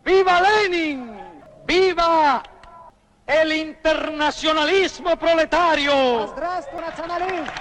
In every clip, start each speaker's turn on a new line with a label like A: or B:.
A: Viva Lenin! Viva el internacionalismo proletario!
B: Здравствуй, национализм!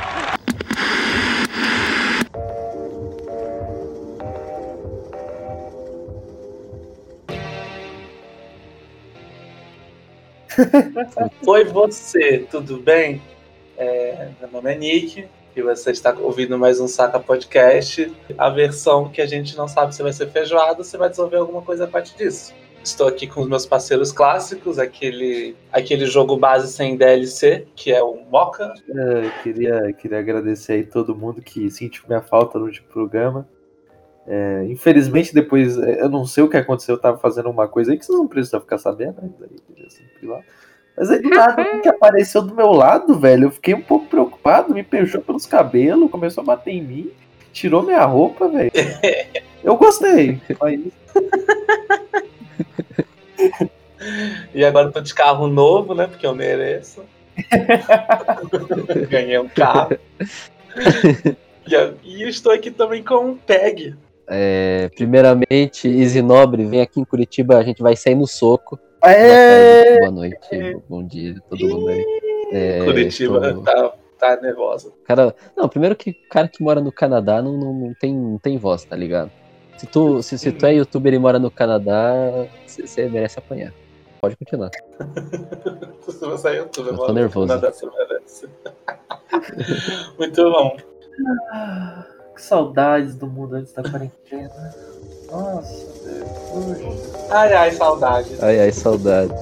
C: Oi você, tudo bem? Meu nome é Nick e você está ouvindo mais um Saca Podcast. A versão que a gente não sabe se vai ser feijoada, você vai desenvolver alguma coisa a partir disso. Estou aqui com os meus parceiros clássicos, aquele jogo base sem DLC, que é o Moca.
D: Queria agradecer aí todo mundo que sentiu minha falta no último programa. Infelizmente depois, eu não sei o que aconteceu, eu tava fazendo uma coisa aí que vocês não precisam ficar sabendo, né? Mas aí do nada, o que apareceu do meu lado, velho, eu fiquei um pouco preocupado, me puxou pelos cabelos, começou a bater em mim, tirou minha roupa, velho. Eu gostei, foi isso.
C: E agora eu tô de carro novo, né? Porque eu mereço. Ganhei um carro. E eu estou aqui também com um Peg.
E: Primeiramente, Easy Nobre, vem aqui em Curitiba, a gente vai sair no soco. Boa noite, bom dia, todo mundo aí.
C: Curitiba tá nervosa.
E: Cara, não, primeiro que o cara que mora no Canadá não tem voz, tá ligado? Se tu é youtuber e mora no Canadá, você merece apanhar. Pode continuar.
C: Se você é youtuber,
E: eu tô nervoso.
C: Canadá, você merece. Muito bom.
D: Que saudades do mundo antes da quarentena. Nossa, Deus.
C: Ai, saudades.
E: Ai, saudades.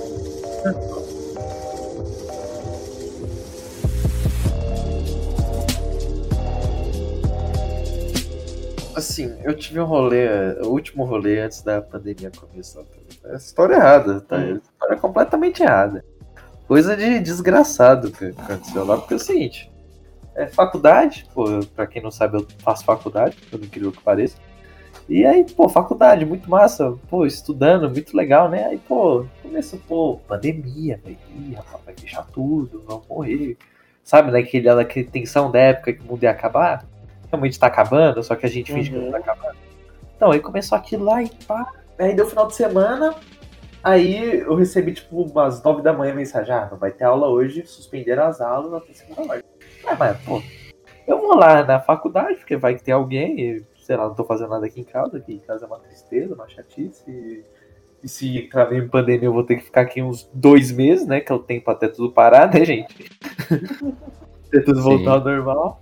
D: Assim, eu tive um rolê, o último rolê antes da pandemia começar. É história errada, tá? História completamente errada. Coisa de desgraçado que aconteceu lá, porque é o seguinte. Faculdade, pô, pra quem não sabe, eu faço faculdade, por incrível que pareça. E aí, pô, faculdade, muito massa, pô, estudando, muito legal, né? Aí, pô, começou, pandemia, velho, rapaz, vai fechar tudo, vamos morrer. Sabe, né, aquela tensão da época que o mundo ia acabar? Realmente tá acabando, só que a gente finge que não tá acabando. Então, aí começou aquilo lá e pá. Aí deu final de semana, aí eu recebi, tipo, umas 9 da manhã mensagem, não vai ter aula hoje, suspenderam as aulas até segunda hora. Mas, pô, eu vou lá na faculdade, porque vai que tem alguém, e, sei lá, não tô fazendo nada aqui em casa é uma tristeza, uma chatice, e se entrar em pandemia eu vou ter que ficar aqui uns 2 meses, né, que é o tempo até tudo parar, né, gente? Até tudo voltar ao normal.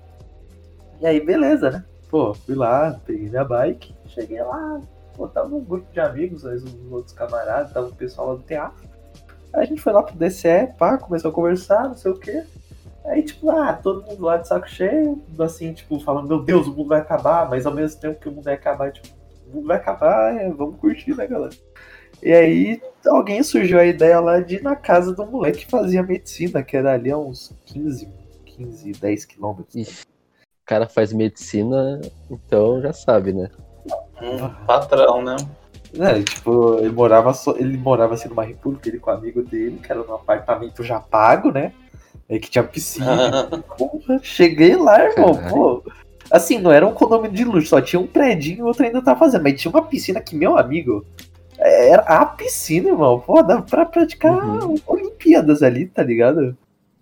D: E aí, beleza, né? Pô, fui lá, peguei minha bike, cheguei lá, pô, tava um grupo de amigos, os outros camaradas, tava o pessoal lá do teatro. Aí a gente foi lá pro DCE, pá, começou a conversar, não sei o quê. Aí, tipo, todo mundo lá de saco cheio, assim, tipo, falando, meu Deus, o mundo vai acabar, mas ao mesmo tempo que o mundo vai acabar, tipo, o mundo vai acabar, vamos curtir, né, galera? E aí, alguém surgiu a ideia lá de ir na casa do moleque que fazia medicina, que era ali a uns 15, 10 quilômetros.
E: Ixi, o cara faz medicina, então já sabe, né?
C: Patrão, né?
D: Tipo, ele morava assim numa república, ele com o amigo dele, que era num apartamento já pago, né? Que tinha piscina. Porra, cheguei lá, irmão. Pô. Assim, não era um condomínio de luxo, só tinha um predinho e o outro ainda tava fazendo. Mas tinha uma piscina que, meu amigo, era a piscina, irmão. Pô, dá pra praticar Olimpíadas ali, tá ligado?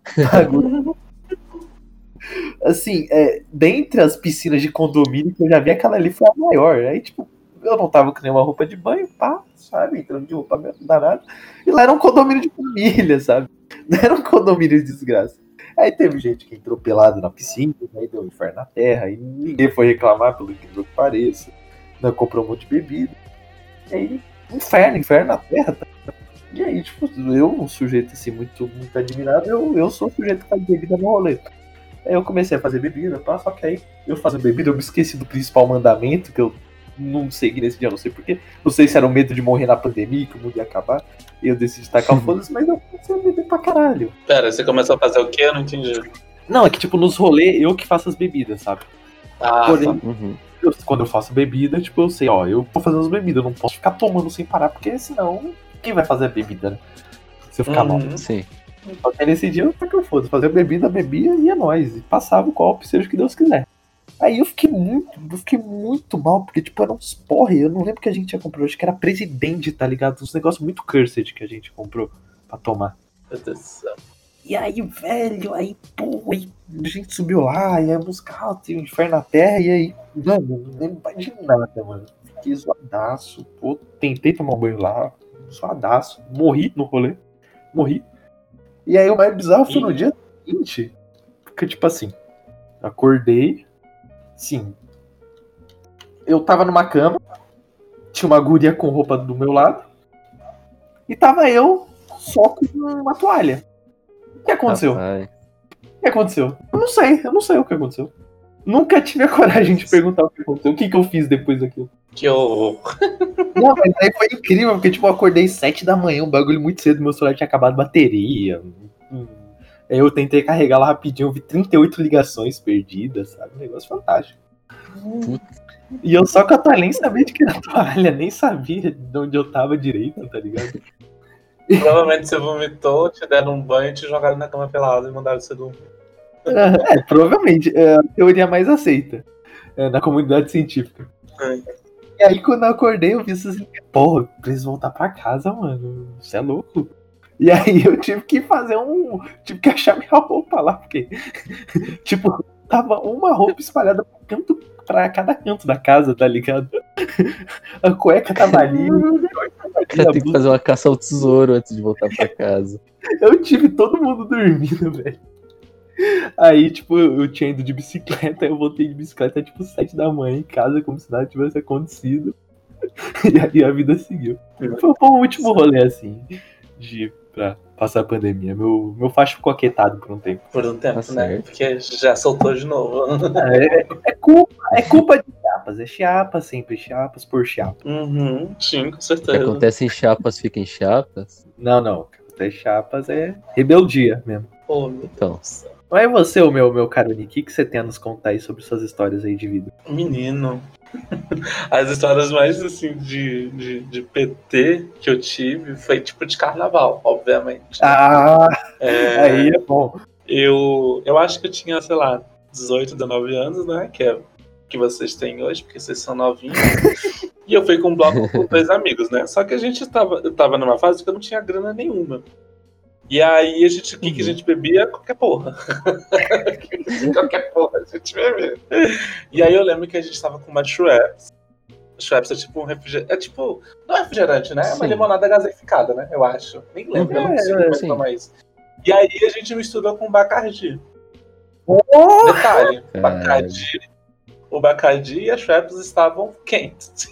D: Assim, dentre as piscinas de condomínio que eu já vi, aquela ali foi a maior. Aí, tipo, eu não tava com nenhuma roupa de banho, pá, sabe? Entrando de roupa mesmo, danado. E lá era um condomínio de família, sabe? Não era um condomínio de desgraça. Aí teve gente que entrou pelado na piscina, aí deu um inferno na terra, e ninguém foi reclamar, pelo que pareça. Não, comprou um monte de bebida. E aí, inferno na terra. Tá? E aí, tipo, eu, um sujeito assim, muito admirado, eu sou o sujeito que faz bebida no rolê. Aí eu comecei a fazer bebida, pá, só que aí eu fazendo bebida, eu me esqueci do principal mandamento, que eu não segui nesse dia, não sei porquê. Não sei se era o medo de morrer na pandemia, que o mundo ia acabar. E eu decidi tacar o foda-se, mas eu comecei a beber pra caralho.
C: Pera, você começou a fazer o quê? Eu não entendi.
D: Não, é que tipo, nos rolês, eu que faço as bebidas, sabe? Porém, quando eu faço bebida, tipo, eu sei, eu tô fazendo as bebidas, eu não posso ficar tomando sem parar, porque senão, quem vai fazer a bebida, né? Se eu ficar mal.
E: Sim.
D: Só que nesse dia eu taquei o foda-se, fazer bebida, bebia e é nóis. E passava o copo, seja o que Deus quiser. Aí eu fiquei muito mal, porque, tipo, eram uns porre. Eu não lembro que a gente ia comprar, acho que era Presidente, tá ligado? Uns negócios muito cursed que a gente comprou pra tomar.
C: Meu Deus do céu.
D: E aí, velho, aí a gente subiu lá, e aí buscar o Inferno na Terra, e aí, mano, não lembro mais de nada, mano. Fiquei zoadaço, pô, tentei tomar um banho lá, zoadaço, morri no rolê, morri. E aí o mais bizarro foi no dia seguinte, porque, tipo assim, acordei, sim, eu tava numa cama, tinha uma guria com roupa do meu lado, e tava eu só com uma toalha. O que aconteceu?
E: Rapaz.
D: O que aconteceu? Eu não sei o que aconteceu. Nunca tive a coragem de perguntar o que aconteceu. O que eu fiz depois daquilo?
C: Que horror.
D: Não, mas aí foi incrível, porque tipo, eu acordei 7 da manhã, um bagulho muito cedo, meu celular tinha acabado a bateria. Aí eu tentei carregar lá rapidinho, eu vi 38 ligações perdidas, sabe? Um negócio fantástico. E eu só com a toalha, nem sabia de que era toalha, nem sabia de onde eu tava direito, tá ligado?
C: Provavelmente você vomitou, te deram um banho, te jogaram na cama pelada e mandaram você dormir.
D: Provavelmente. É a teoria mais aceita na comunidade científica. E aí, quando eu acordei, eu vi isso assim, porra, eu preciso voltar pra casa, mano. Você é louco? E aí eu tive que tive que achar minha roupa lá, porque, tipo, tava uma roupa espalhada pra cada canto da casa, tá ligado? A cueca tava ali.
E: Cara, tem que fazer uma caça ao tesouro antes de voltar pra casa.
D: Eu tive todo mundo dormindo, velho. Aí, tipo, eu tinha ido de bicicleta, eu voltei de bicicleta, tipo, 7 da manhã em casa, como se nada tivesse acontecido. E aí a vida seguiu. Foi o último rolê, assim, pra passar a pandemia. Meu facho ficou aquietado por um tempo.
C: Por um tempo,
E: Tá
C: né?
E: certo.
C: Porque já soltou de novo.
D: É culpa de Chiapas. É Chiapas, sempre Chiapas por Chiapas.
C: Uhum, sim, com
E: O que
C: certeza.
E: acontece em Chiapas fica em Chiapas.
D: Não. Até Chiapas é rebeldia mesmo.
C: Oh, meu
E: Então.
C: Deus do céu.
D: Mas é você, o meu caro Nick, o que você tem a nos contar aí sobre suas histórias aí de vida?
C: Menino. As histórias mais, assim, de PT que eu tive foi tipo de carnaval, obviamente.
D: Aí é bom.
C: Eu acho que eu tinha, sei lá, 18, 19 anos, né? Que é o que vocês têm hoje, porque vocês são novinhos. E eu fui com um bloco com 2 amigos, né? Só que eu tava numa fase que eu não tinha grana nenhuma. E aí o que a gente bebia? Qualquer porra. Qualquer porra a gente bebia. E aí eu lembro que a gente tava com uma Schweppes. Schweppes é tipo um refrigerante. É tipo. Não é refrigerante, né? É uma
E: Sim.
C: limonada gaseificada, né? Eu acho. Nem lembro, eu não consigo mais
E: sim.
C: tomar isso. E aí a gente misturou com Bacardi.
D: Oh!
C: Detalhe,
E: Caralho.
C: o Bacardi e a Schweppes estavam quentes.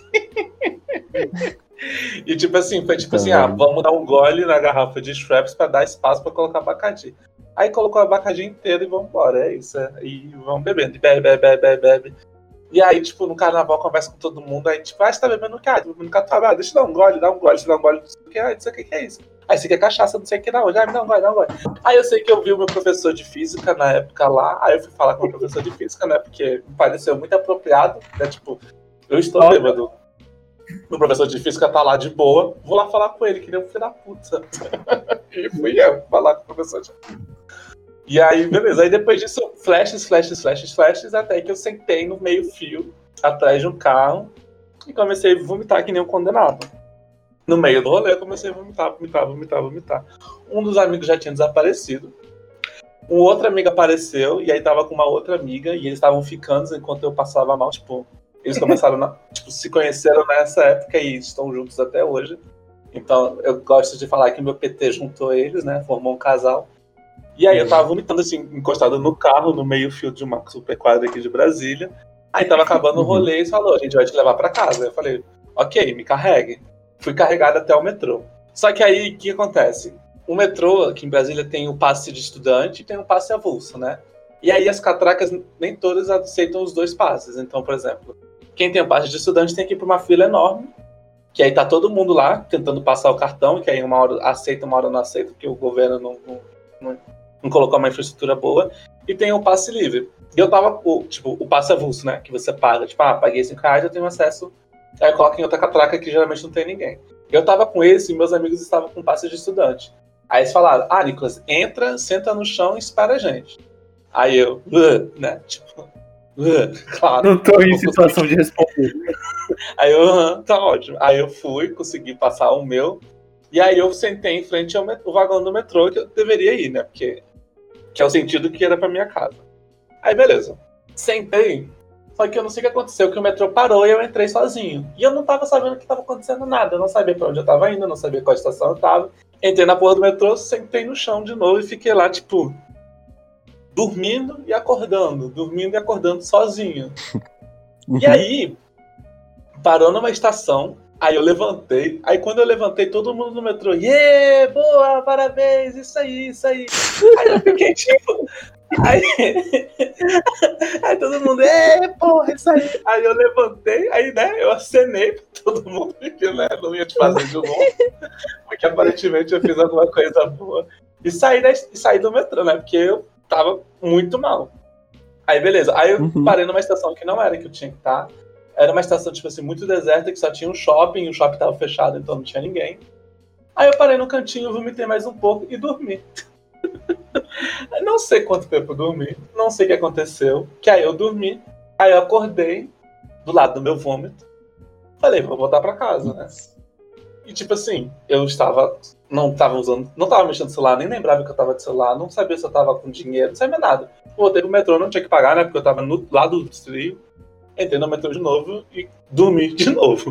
C: E tipo assim, foi tipo assim, vamos dar um gole na garrafa de Schweppes pra dar espaço pra colocar Bacardi. Aí colocou a Bacardi inteira e vamos embora, é isso. E vamos bebendo, e bebe. E aí, tipo, no carnaval conversa com todo mundo, aí tipo, você tá bebendo o quê? Tô bebendo catuaba, deixa eu dar um gole, não sei o que, não sei o que é isso. Aí você quer cachaça, não sei o que, não, já me dá um gole. Aí eu sei que eu vi o meu professor de física na época lá, aí eu fui falar com o meu professor de física, né, porque me pareceu muito apropriado, né, tipo, eu estou bêbado. Meu professor de física tá lá de boa, vou lá falar com ele, que ele é um filho da puta. E fui eu falar com o professor de física. E aí, beleza. Aí depois disso, flashes, até que eu sentei no meio-fio, atrás de um carro, e comecei a vomitar que nem um condenado. No meio do rolê, eu comecei a vomitar. Um dos amigos já tinha desaparecido. Um outro amigo apareceu, e aí tava com uma outra amiga, e eles estavam ficando enquanto eu passava mal, tipo... Eles começaram, se conheceram nessa época e estão juntos até hoje. Então, eu gosto de falar que meu PT juntou eles, né? Formou um casal. E aí eu tava vomitando, assim, encostado no carro, no meio-fio de uma super quadra aqui de Brasília. Aí tava acabando o rolê e eles falou, a gente vai te levar pra casa. Eu falei, ok, me carregue. Fui carregado até o metrô. Só que aí, o que acontece? O metrô aqui em Brasília tem o passe de estudante e tem o passe avulso, né? E aí as catracas, nem todas aceitam os 2 passes. Então, por exemplo, quem tem o passe de estudante tem que ir pra uma fila enorme, que aí tá todo mundo lá tentando passar o cartão, que aí uma hora aceita, uma hora não aceita, porque o governo não colocou uma infraestrutura boa, e tem o passe livre. E eu tava, o passe avulso, né, que você paga, paguei R$5, eu tenho acesso, aí eu coloco em outra catraca que geralmente não tem ninguém. Eu tava com esse e meus amigos estavam com passe de estudante. Aí eles falaram, Nicolas, entra, senta no chão e espera a gente. Aí eu, né, tipo... Claro.
D: Não tô em situação de responder.
C: Aí eu, tá ótimo. Aí eu fui, consegui passar o meu. E aí eu sentei em frente ao vagão do metrô que eu deveria ir, né? Porque que é o sentido que era pra minha casa. Aí beleza. Sentei. Só que eu não sei o que aconteceu, que o metrô parou e eu entrei sozinho. E eu não tava sabendo o que tava acontecendo nada. Eu não sabia pra onde eu tava indo, eu não sabia qual estação eu tava. Entrei na porra do metrô, sentei no chão de novo e fiquei lá, tipo, dormindo e acordando sozinho. E aí, parou numa estação, aí eu levantei, aí quando eu levantei, todo mundo no metrô, yeah, boa, parabéns, isso aí. Aí eu fiquei tipo, aí todo mundo, porra, isso aí. Aí eu levantei, aí, né, eu acenei pra todo mundo, porque, né, não ia te fazer de novo, porque aparentemente eu fiz alguma coisa boa. E saí do metrô, né, porque eu tava muito mal. Aí, beleza. Aí eu parei numa estação que não era que eu tinha que estar. Era uma estação, tipo assim, muito deserta, que só tinha um shopping, e o shopping tava fechado, então não tinha ninguém. Aí eu parei no cantinho, vomitei mais um pouco e dormi. Não sei quanto tempo eu dormi, não sei o que aconteceu, que aí eu dormi, aí eu acordei do lado do meu vômito, falei, vou voltar pra casa, né? E tipo assim, não tava mexendo no celular, nem lembrava que eu tava de celular, não sabia se eu tava com dinheiro, não sabia nada. Voltei pro metrô, não tinha que pagar, né? Porque eu tava no lado do trio. Entrei no metrô de novo e dormi de novo.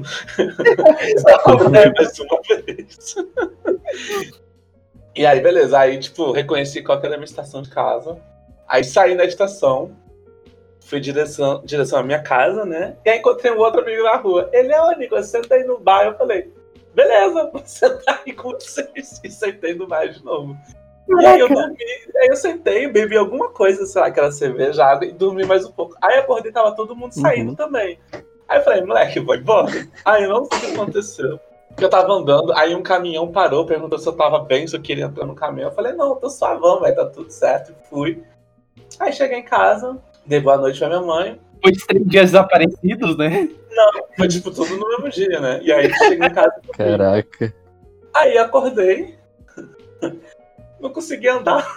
C: Mais uma vez. E aí, beleza. Aí, tipo, reconheci qual que era a minha estação de casa. Aí saí da estação, fui em direção à minha casa, né? E aí encontrei um outro amigo na rua. Ele é Nicolas, senta aí no bar. Eu falei, beleza, vou sentar aí com vocês. E sentei no bar de novo. E aí eu dormi, aí eu sentei, bebi alguma coisa, sei lá, aquela cerveja, água, e dormi mais um pouco. Aí acordei, tava todo mundo saindo também. Aí eu falei, moleque, vou embora. Aí eu não sei o que aconteceu. Porque eu tava andando, aí um caminhão parou, perguntou se eu tava bem, se eu queria entrar no caminhão. Eu falei, não, eu tô suavão, velho, tá tudo certo. E fui. Aí cheguei em casa, dei boa noite pra minha mãe.
D: Foi 3 dias desaparecidos, né?
C: Não, foi tipo tudo no mesmo dia, né? E aí cheguei em casa.
E: Caraca.
C: Aí acordei. Não consegui andar.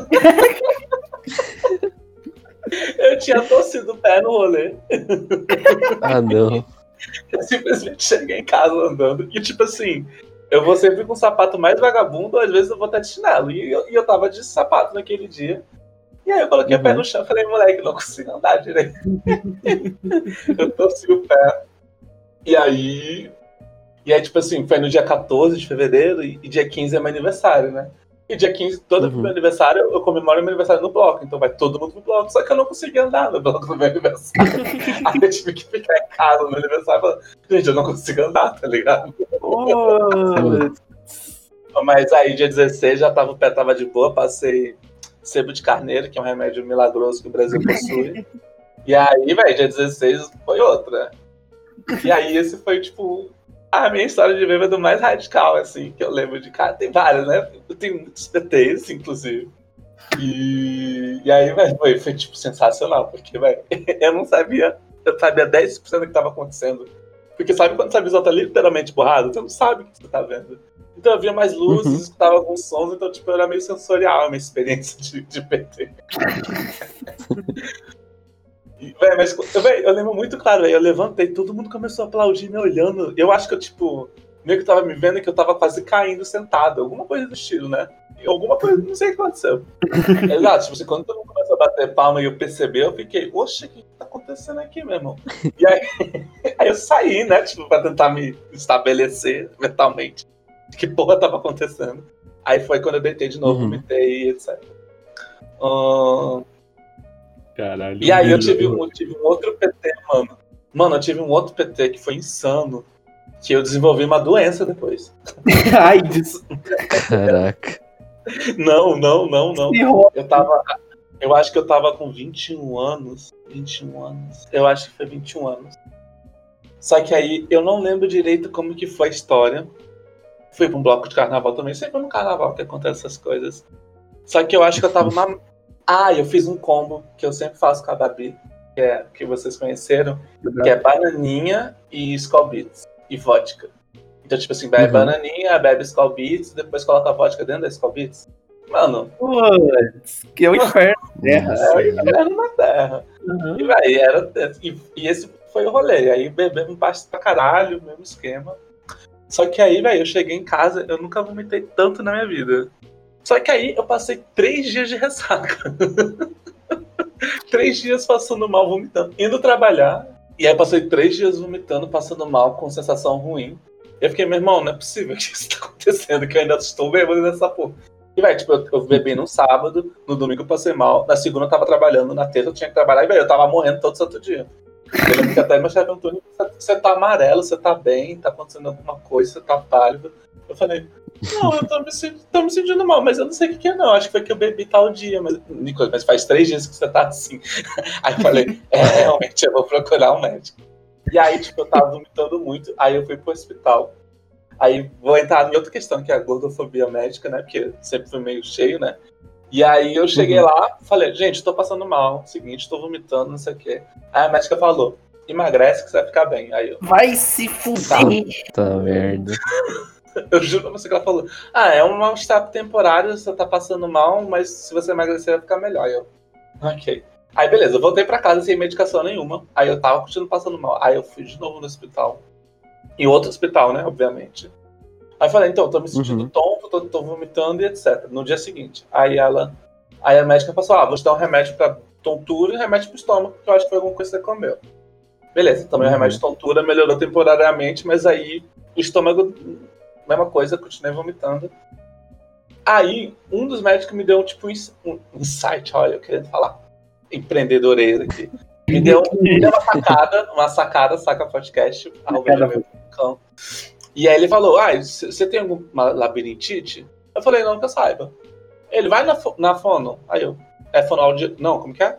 C: Eu tinha torcido o pé no rolê.
E: Ah, não.
C: Eu simplesmente cheguei em casa andando. E tipo assim, eu vou sempre com o sapato mais vagabundo, às vezes eu vou até de chinelo. E eu tava de sapato naquele dia. E aí eu coloquei o pé no chão e falei, moleque, não consigo andar direito. Eu torci o pé. E aí, tipo assim, foi no dia 14 de fevereiro e dia 15 é meu aniversário, né? E dia 15, todo meu aniversário, eu comemoro meu aniversário no bloco. Então vai todo mundo pro bloco. Só que eu não consegui andar no bloco do meu aniversário. Aí eu tive que ficar em casa no meu aniversário falando, gente, eu não consigo andar, tá ligado? Mas aí dia 16 o pé tava de boa, passei sebo de carneiro, que é um remédio milagroso que o Brasil possui. E aí, velho, dia 16 foi outra. E aí esse foi, tipo, a minha história de bêbado mais radical, assim, que eu lembro de cara. Tem várias, né? Eu tenho muitos PTs, inclusive. E aí, velho, foi, tipo, sensacional, porque, velho, eu sabia 10% do que tava acontecendo. Porque sabe quando sua visão tá literalmente borrada? Você não sabe o que você tá vendo. Então eu via mais luzes, escutava alguns sons, então, tipo, era meio sensorial a minha experiência de PT. Véi, mas eu lembro muito claro, véio, eu levantei, todo mundo começou a aplaudir me olhando. Eu acho que eu, tipo, meio que tava me vendo e que eu tava quase caindo sentado. Alguma coisa do estilo, né? Alguma coisa, não sei o que aconteceu. Exato, tipo assim, quando todo mundo começou a bater palma e eu percebi, eu fiquei, oxe, o que tá acontecendo aqui, meu irmão? E aí eu saí, né, tipo, pra tentar me estabelecer mentalmente. Que porra tava acontecendo. Aí foi quando eu deitei de novo, vomitei, etc.
D: Caralho.
C: E aí eu tive um outro PT, mano. Mano, eu tive um outro PT que foi insano. Que eu desenvolvi uma doença depois.
D: Ai, disso.
E: Caraca.
C: Não. Eu acho que eu tava com 21 anos. 21 anos. Eu acho que foi 21 anos. Só que aí eu não lembro direito como que foi a história. Fui pra um bloco de carnaval também. Sempre no carnaval que acontece essas coisas. Só que eu acho que eu tava na... eu fiz um combo que eu sempre faço com a Babi, que vocês conheceram, que é bananinha e Skol Beats e vodka. Então, tipo assim, bebe bananinha, bebe Skol Beats, depois coloca a vodka dentro da Skol Beats. Mano...
D: Putz, que é o inferno na Terra.
C: É o inferno na Terra. E, véi, e esse foi o rolê. Aí bebemos pra caralho, mesmo esquema. Só que aí, velho, eu cheguei em casa, eu nunca vomitei tanto na minha vida. Só que aí eu passei 3 dias de ressaca. 3 dias passando mal, vomitando. Indo trabalhar. E aí passei 3 dias vomitando, passando mal, com sensação ruim. E eu fiquei, meu irmão, não é possível que isso tá acontecendo, que eu ainda estou bebendo nessa porra. E, velho, tipo, eu bebi no sábado, no domingo eu passei mal, na segunda eu tava trabalhando, na terça eu tinha que trabalhar, e, velho, eu tava morrendo todo santo dia. Eu lembro que até meu chefe Antônio, você tá amarelo, você tá bem, tá acontecendo alguma coisa, você tá pálido. Eu falei, não, eu tô me sentindo mal, mas eu não sei o que é não, acho que foi que eu bebi tal dia, mas, Nicolas, mas faz 3 dias que você tá assim. Aí eu falei, realmente, eu vou procurar um médico. E aí, tipo, eu tava vomitando muito, aí eu fui pro hospital. Aí vou entrar em outra questão, que é a gordofobia médica, né, porque sempre fui meio cheio, né. E aí eu cheguei lá, falei, gente, tô passando mal, seguinte, tô vomitando, não sei o quê. Aí a médica falou, emagrece que você vai ficar bem. Aí eu,
D: Vai se fuder!
E: Tá merda.
C: eu juro pra você que ela falou, é um mal-estar temporário, você tá passando mal, mas se você emagrecer vai ficar melhor. Aí eu, ok. Aí beleza, eu voltei pra casa sem medicação nenhuma, aí eu tava continuando passando mal. Aí eu fui de novo no hospital, em outro hospital, né, obviamente. Aí eu falei, então, tô me sentindo tonto, tô vomitando e etc. No dia seguinte. Aí a médica passou, vou te dar um remédio pra tontura e um remédio pro estômago, que eu acho que foi alguma coisa que você comeu. Beleza, também o remédio de tontura melhorou temporariamente, mas aí o estômago, mesma coisa, continuei vomitando. Aí, um dos médicos me deu um insight, olha, eu querendo falar empreendedorês aqui. Me deu uma sacada, saca podcast, E aí ele falou, você tem alguma labirintite? Eu falei, não que eu saiba. Ele vai na fono. Aí eu, não, como que é?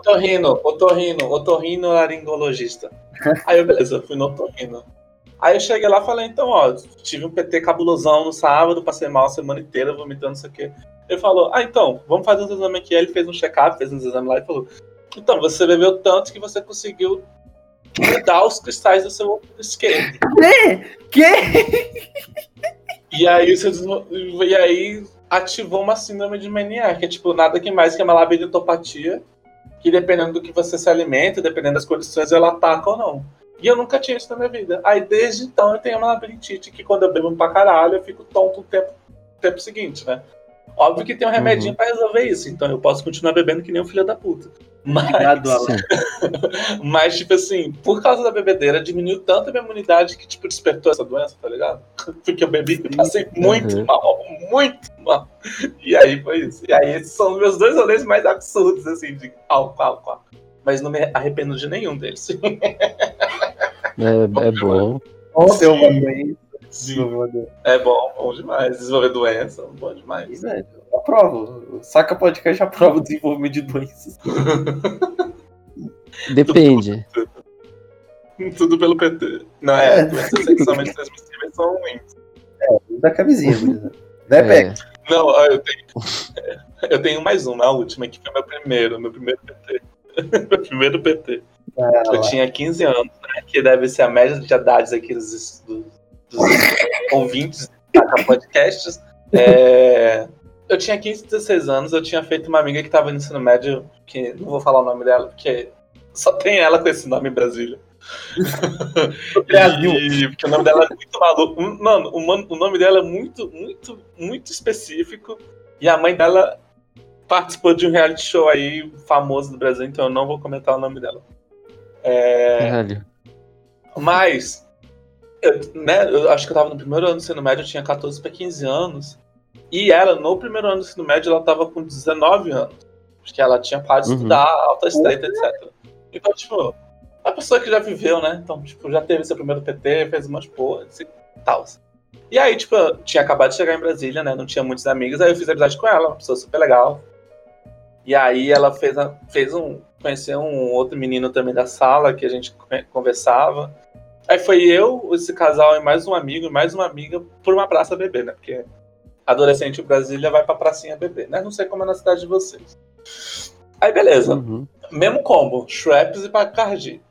C: Otorrinolaringologista. Aí eu, beleza, fui no otorrino. Aí eu cheguei lá e falei, então, tive um PT cabulosão no sábado, passei mal a semana inteira, vomitando, não sei o quê. Ele falou, então, vamos fazer uns exames aqui. Aí ele fez um check-up, fez uns exames lá e falou, então, você bebeu tanto que você conseguiu mudar os cristais do seu ouvido esquerdo.
D: Que?
C: E aí ativou uma síndrome de Meniere, que é tipo nada que mais que uma labiritopatia, que dependendo do que você se alimenta, dependendo das condições, ela ataca ou não. E eu nunca tinha isso na minha vida. Aí desde então eu tenho uma labirintite que quando eu bebo pra caralho eu fico tonto o tempo seguinte, né? Óbvio que tem um remedinho pra resolver isso, então eu posso continuar bebendo que nem um filho da puta. Mas, tipo assim, por causa da bebedeira, diminuiu tanto a minha imunidade que, tipo, despertou essa doença, tá ligado? Porque eu bebi e passei muito mal. E aí foi isso. E aí esses são os meus 2 rolês mais absurdos, assim, de álcool. Mas não me arrependo de nenhum deles.
E: É bom.
D: Ontem eu mandei.
C: É bom demais. Desenvolver doença, bom demais.
D: Velho, eu aprovo. Saca podcast aprova o desenvolvimento de doenças.
E: Depende.
C: Tudo pelo PT. Não, doenças sexualmente transmissíveis são ruins.
D: Da camisinha, beleza. Né, Beck?
C: Não, eu tenho mais uma, a última, que foi meu primeiro PT. Meu primeiro PT. Eu tinha 15 anos, né, que deve ser a média de idades aqui dos ouvintes da podcasts. Eu tinha 15, 16 anos, eu tinha feito uma amiga que estava no ensino médio, que não vou falar o nome dela, porque só tem ela com esse nome em Brasília. Porque o nome dela é muito maluco. Mano, o nome dela é muito, muito, muito específico. E a mãe dela participou de um reality show aí famoso do Brasil, então eu não vou comentar o nome dela.
E: Caralho.
C: Mas, eu acho que eu tava no primeiro ano do ensino médio, eu tinha 14 para 15 anos. E ela, no primeiro ano do ensino médio, ela tava com 19 anos. Porque ela tinha parado de estudar, alta estreita, etc. Então, tipo, a pessoa que já viveu, né? Então, tipo, já teve seu primeiro PT, fez umas porras e tal. E aí, tipo, eu tinha acabado de chegar em Brasília, né? Não tinha muitos amigos, aí eu fiz amizade com ela, uma pessoa super legal. E aí ela conheceu um outro menino também da sala, que a gente conversava. Aí foi eu, esse casal e mais um amigo e mais uma amiga por uma praça beber, né? Porque adolescente em Brasília vai pra pracinha beber, né? Não sei como é na cidade de vocês. Aí beleza. Mesmo combo, Schweppes e Bacardi.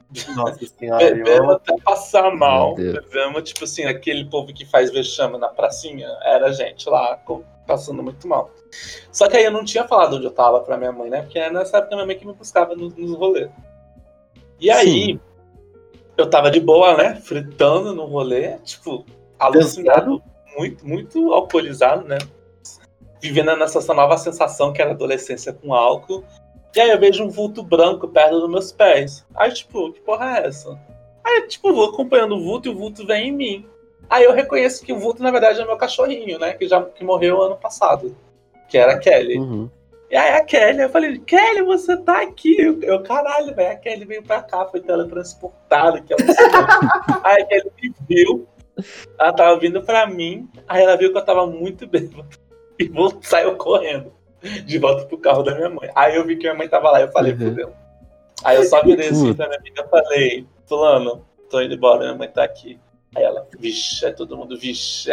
D: Nossa senhora.
C: Bebemos até passar mal.
E: Meu Deus.
C: Bebemos, tipo assim, aquele povo que faz vexame na pracinha. Era a gente lá, passando muito mal. Só que aí eu não tinha falado onde eu tava pra minha mãe, né? Porque era nessa época minha mãe que me buscava nos rolês. E aí, eu tava de boa, né? Fritando no rolê, tipo, alucinado, muito, muito alcoolizado, né? Vivendo nessa nova sensação que era adolescência com álcool. E aí eu vejo um vulto branco perto dos meus pés. Aí, tipo, que porra é essa? Aí, tipo, vou acompanhando o vulto e o vulto vem em mim. Aí eu reconheço que o vulto, na verdade, é meu cachorrinho, né? Que morreu ano passado. Que era a Kelly.
E: Uhum.
C: E aí a Kelly, eu falei, Kelly, você tá aqui. Eu caralho, velho, a Kelly veio pra cá, foi teletransportada, que alucinante. Aí a Kelly me viu, ela tava vindo pra mim, aí ela viu que eu tava muito bêbado. E saiu correndo, de volta pro carro da minha mãe. Aí eu vi que minha mãe tava lá, eu falei, fudeu. Aí eu só virei assim pra minha amiga e falei, fulano, tô indo embora, minha mãe tá aqui. Aí ela, vixe, é todo mundo, vixe.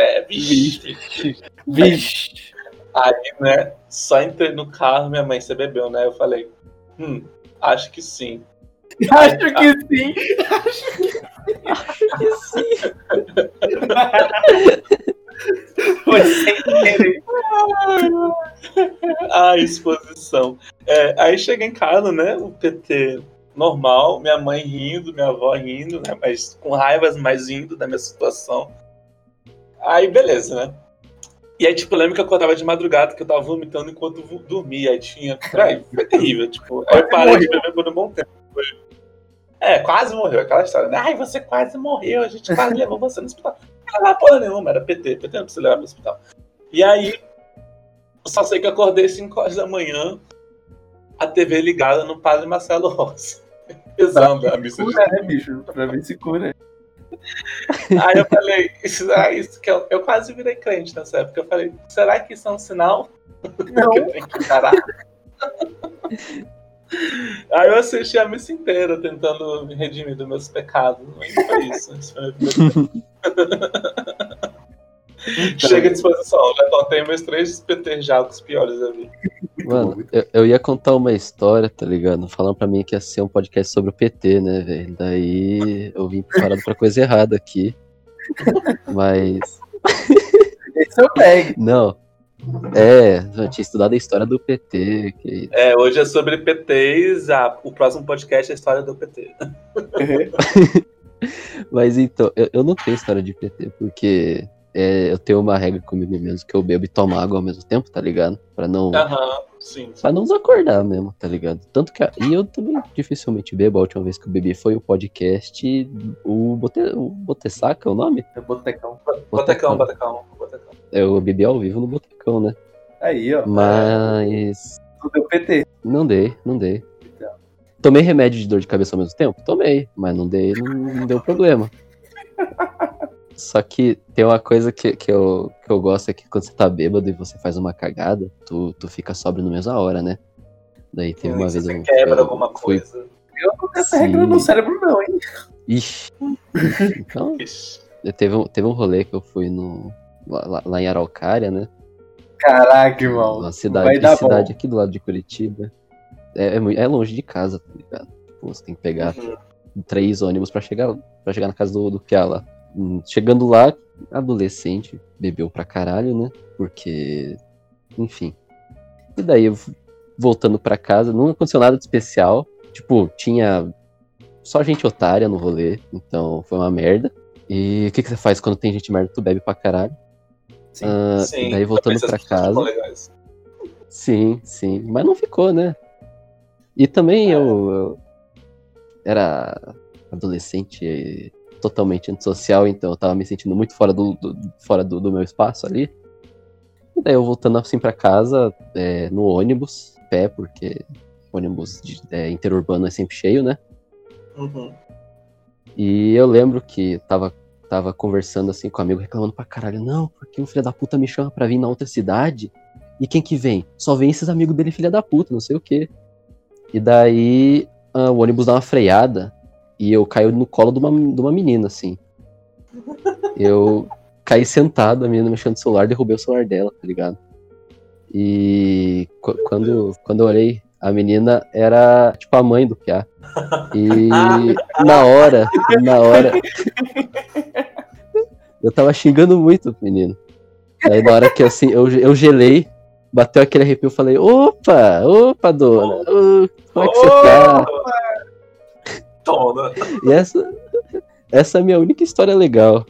C: Aí, né, só entrei no carro, minha mãe, você bebeu, né? Eu falei, acho que sim.
D: Acho que sim. Foi sem querer.
C: A exposição. Aí cheguei em casa, né? O PT normal, minha mãe rindo, minha avó rindo, né? Mas com raivas, mas rindo da minha situação. Aí, beleza, né? E aí, tipo, eu lembro que eu acordava de madrugada, que eu tava vomitando enquanto dormia. Aí tinha. Foi terrível, tipo. Aí eu parei de beber por um bom tempo. Quase morreu, aquela história. Né? Ai, você quase morreu, a gente quase levou você no hospital. Não era porra nenhuma, era PT não precisa levar pro hospital. E aí, eu só sei que eu acordei 5 horas da manhã, a TV ligada no Padre Marcelo Rossi. Pesando a missa de
D: bicho, pra ver se cura.
C: Aí eu falei, isso que eu quase virei crente nessa época. Eu falei, será que isso é um sinal?
D: Não.
C: Que eu tenho que parar? Aí eu assisti a missa inteira tentando me redimir dos meus pecados. Mas não foi isso. Isso foi meu primeiro. Chega à disposição, já contei meus 3 peterjacos piores da vida.
E: Mano, eu ia contar uma história, tá ligado? Falando pra mim que ia ser um podcast sobre o PT, né, velho? Daí eu vim preparado pra coisa errada aqui. Mas.
D: Esse eu pego.
E: Não. Eu tinha estudado a história do PT.
C: Hoje é sobre PTs, o próximo podcast é a história do PT.
E: Mas então, eu não tenho história de PT, porque eu tenho uma regra comigo mesmo, que eu bebo e tomo água ao mesmo tempo, tá ligado? Pra não.
C: Sim.
E: Pra não desacordar mesmo, tá ligado? Tanto que. E eu também dificilmente bebo. A última vez que eu bebi foi o podcast. O Botessaca é o nome?
D: É Botecão.
C: Botecão.
E: Eu bebi ao vivo no Botecão, né?
D: Aí, ó.
C: Mas.
D: Tu deu PT.
E: Não dei. Tomei remédio de dor de cabeça ao mesmo tempo? Tomei, mas não deu problema. Só que tem uma coisa que eu gosto, é que quando você tá bêbado e você faz uma cagada, tu fica sóbrio na mesma hora, né? Daí teve uma vez
C: você quebra alguma coisa.
D: Eu não tenho essa regra no cérebro, não, hein?
E: Ixi. Então, teve um rolê que eu fui lá em Araucária, né?
D: Caraca, irmão.
E: Uma cidade aqui do lado de Curitiba. É longe de casa, tá ligado? Tipo, você tem que pegar 3 ônibus pra chegar na casa do Piá lá. Chegando lá, adolescente, bebeu pra caralho, né? Porque, enfim. E daí, voltando pra casa, não aconteceu nada de especial. Tipo, tinha só gente otária no rolê, então foi uma merda. E o que você faz quando tem gente merda? Tu bebe pra caralho.
C: Sim,
E: daí, voltando pra casa. Sim, mas não ficou, né? E também eu era adolescente totalmente antissocial, então eu tava me sentindo muito fora do meu espaço ali. E daí eu voltando assim pra casa, no ônibus, pé, porque ônibus interurbano é sempre cheio, né? E eu lembro que tava conversando assim com um amigo, reclamando pra caralho, não, porque o filho da puta me chama pra vir na outra cidade, e quem que vem? Só vem esses amigos dele, filha da puta, não sei o quê. E daí o ônibus dá uma freada, e eu caio no colo de uma menina, assim. Eu caí sentado, a menina mexendo no celular, derrubei o celular dela, tá ligado? E quando eu olhei, A menina era, tipo, a mãe do Piá. E na hora, eu tava xingando muito o menino. Aí na hora que assim, eu gelei, bateu aquele arrepio, eu falei, opa, dona, como é que você tá?
C: Toma.
E: E essa é a minha única história legal.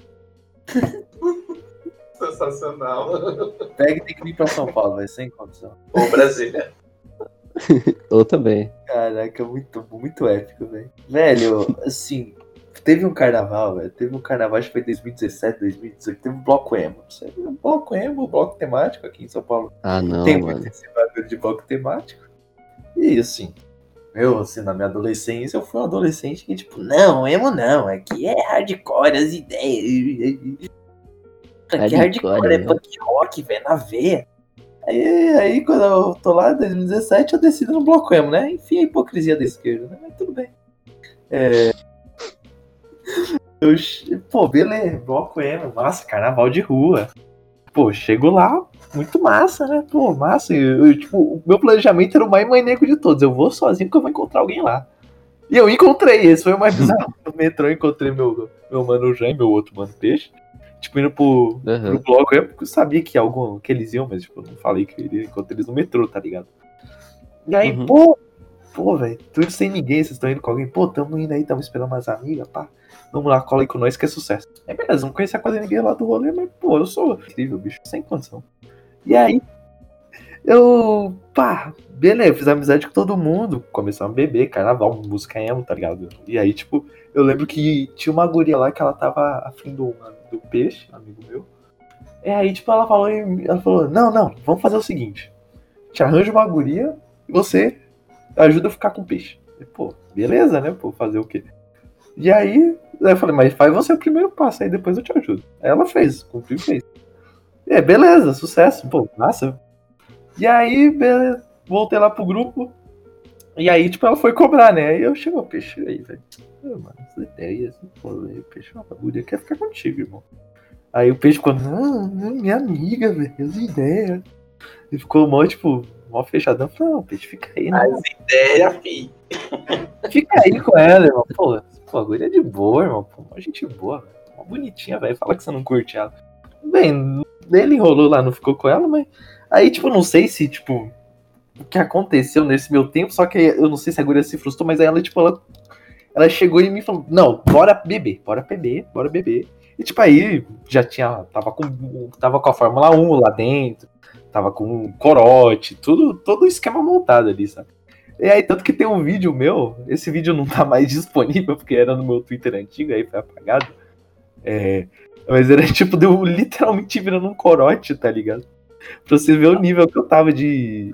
C: Sensacional.
D: Pega e tem que vir pra São Paulo, vai sem condição.
C: Ou Brasília.
E: Eu também.
D: Caraca, muito épico, velho. Velho, assim, teve um carnaval, velho. Teve um carnaval, acho que foi 2017, 2018. Teve um bloco emo. Um bloco emo, um bloco temático aqui em São Paulo.
E: Ah, não,
D: Tem
E: mano.
D: muito esse bagulho de bloco temático. E assim, eu, assim, na minha adolescência, eu fui um adolescente que, tipo, não, emo não. Aqui é hardcore, as ideias. Aqui é hardcore, é punk rock, velho, na veia. Aí, quando eu tô lá, em 2017, eu decido no bloco emo, né? Enfim, a hipocrisia da esquerda, né? Mas tudo bem. Pô, beleza, bloco emo, massa, carnaval de rua. Pô, chego lá, muito massa, né? Pô, massa. Tipo, o meu planejamento era o mais maníaco de todos. Eu vou sozinho porque eu vou encontrar alguém lá. E eu encontrei, esse foi o mais bizarro. No metrô eu encontrei meu mano Jean e meu outro mano Peixe. Tipo, indo pro bloco, eu sabia que eles iam, mas tipo, eu não falei que eu iria encontrar eles no metrô, tá ligado? E aí, pô, velho, tô indo sem ninguém, vocês estão indo com alguém, pô, tamo indo aí, tamo esperando umas amigas, pá. Vamos lá, cola aí com nós que é sucesso. Beleza, não conhecia quase ninguém lá do rolê, mas pô, eu sou incrível, bicho, sem condição. E aí, beleza, fiz amizade com todo mundo, começamos a beber, carnaval, música emo, tá ligado? E aí, tipo, eu lembro que tinha uma guria lá que ela tava afim do Peixe, amigo meu. E aí, tipo, ela falou, não, vamos fazer o seguinte, te arranja uma guria e você ajuda a ficar com o Peixe. E, pô, beleza, né, pô, fazer o quê? E aí, eu falei, mas faz você o primeiro passo, aí depois eu te ajudo. Aí ela fez, cumpriu e fez. E beleza, sucesso, pô, massa. E aí, beleza, voltei lá pro grupo. E aí, tipo, ela foi cobrar, né? Aí eu chego, Peixe, aí, velho. Mano, essa ideia, assim, pô, o Peixe é uma bagulha, quer ficar contigo, irmão. Aí o Peixe ficou, não, minha amiga, velho, as ideias. Ele ficou mó, tipo, mó fechadão. Falei, não, Peixe, fica aí, né?
C: As ideias, filho.
D: Fica aí com ela, irmão. Pô, a guria é de boa, irmão. Pô, uma gente boa, velho. Uma bonitinha, velho. Fala que você não curte ela. Bem, ele enrolou lá, não ficou com ela, mas... Aí, tipo, eu não sei se, tipo... O que aconteceu nesse meu tempo, só que eu não sei se a guria se frustrou, mas aí ela, tipo, ela chegou em mim e falou, não, bora beber. E, tipo, aí já tava com a Fórmula 1 lá dentro, tava com um corote, todo o esquema montado ali, sabe? E aí, tanto que tem um vídeo meu, esse vídeo não tá mais disponível, porque era no meu Twitter antigo, aí foi apagado. Mas era, tipo, deu literalmente virando um corote, tá ligado? Pra você ver o nível que eu tava de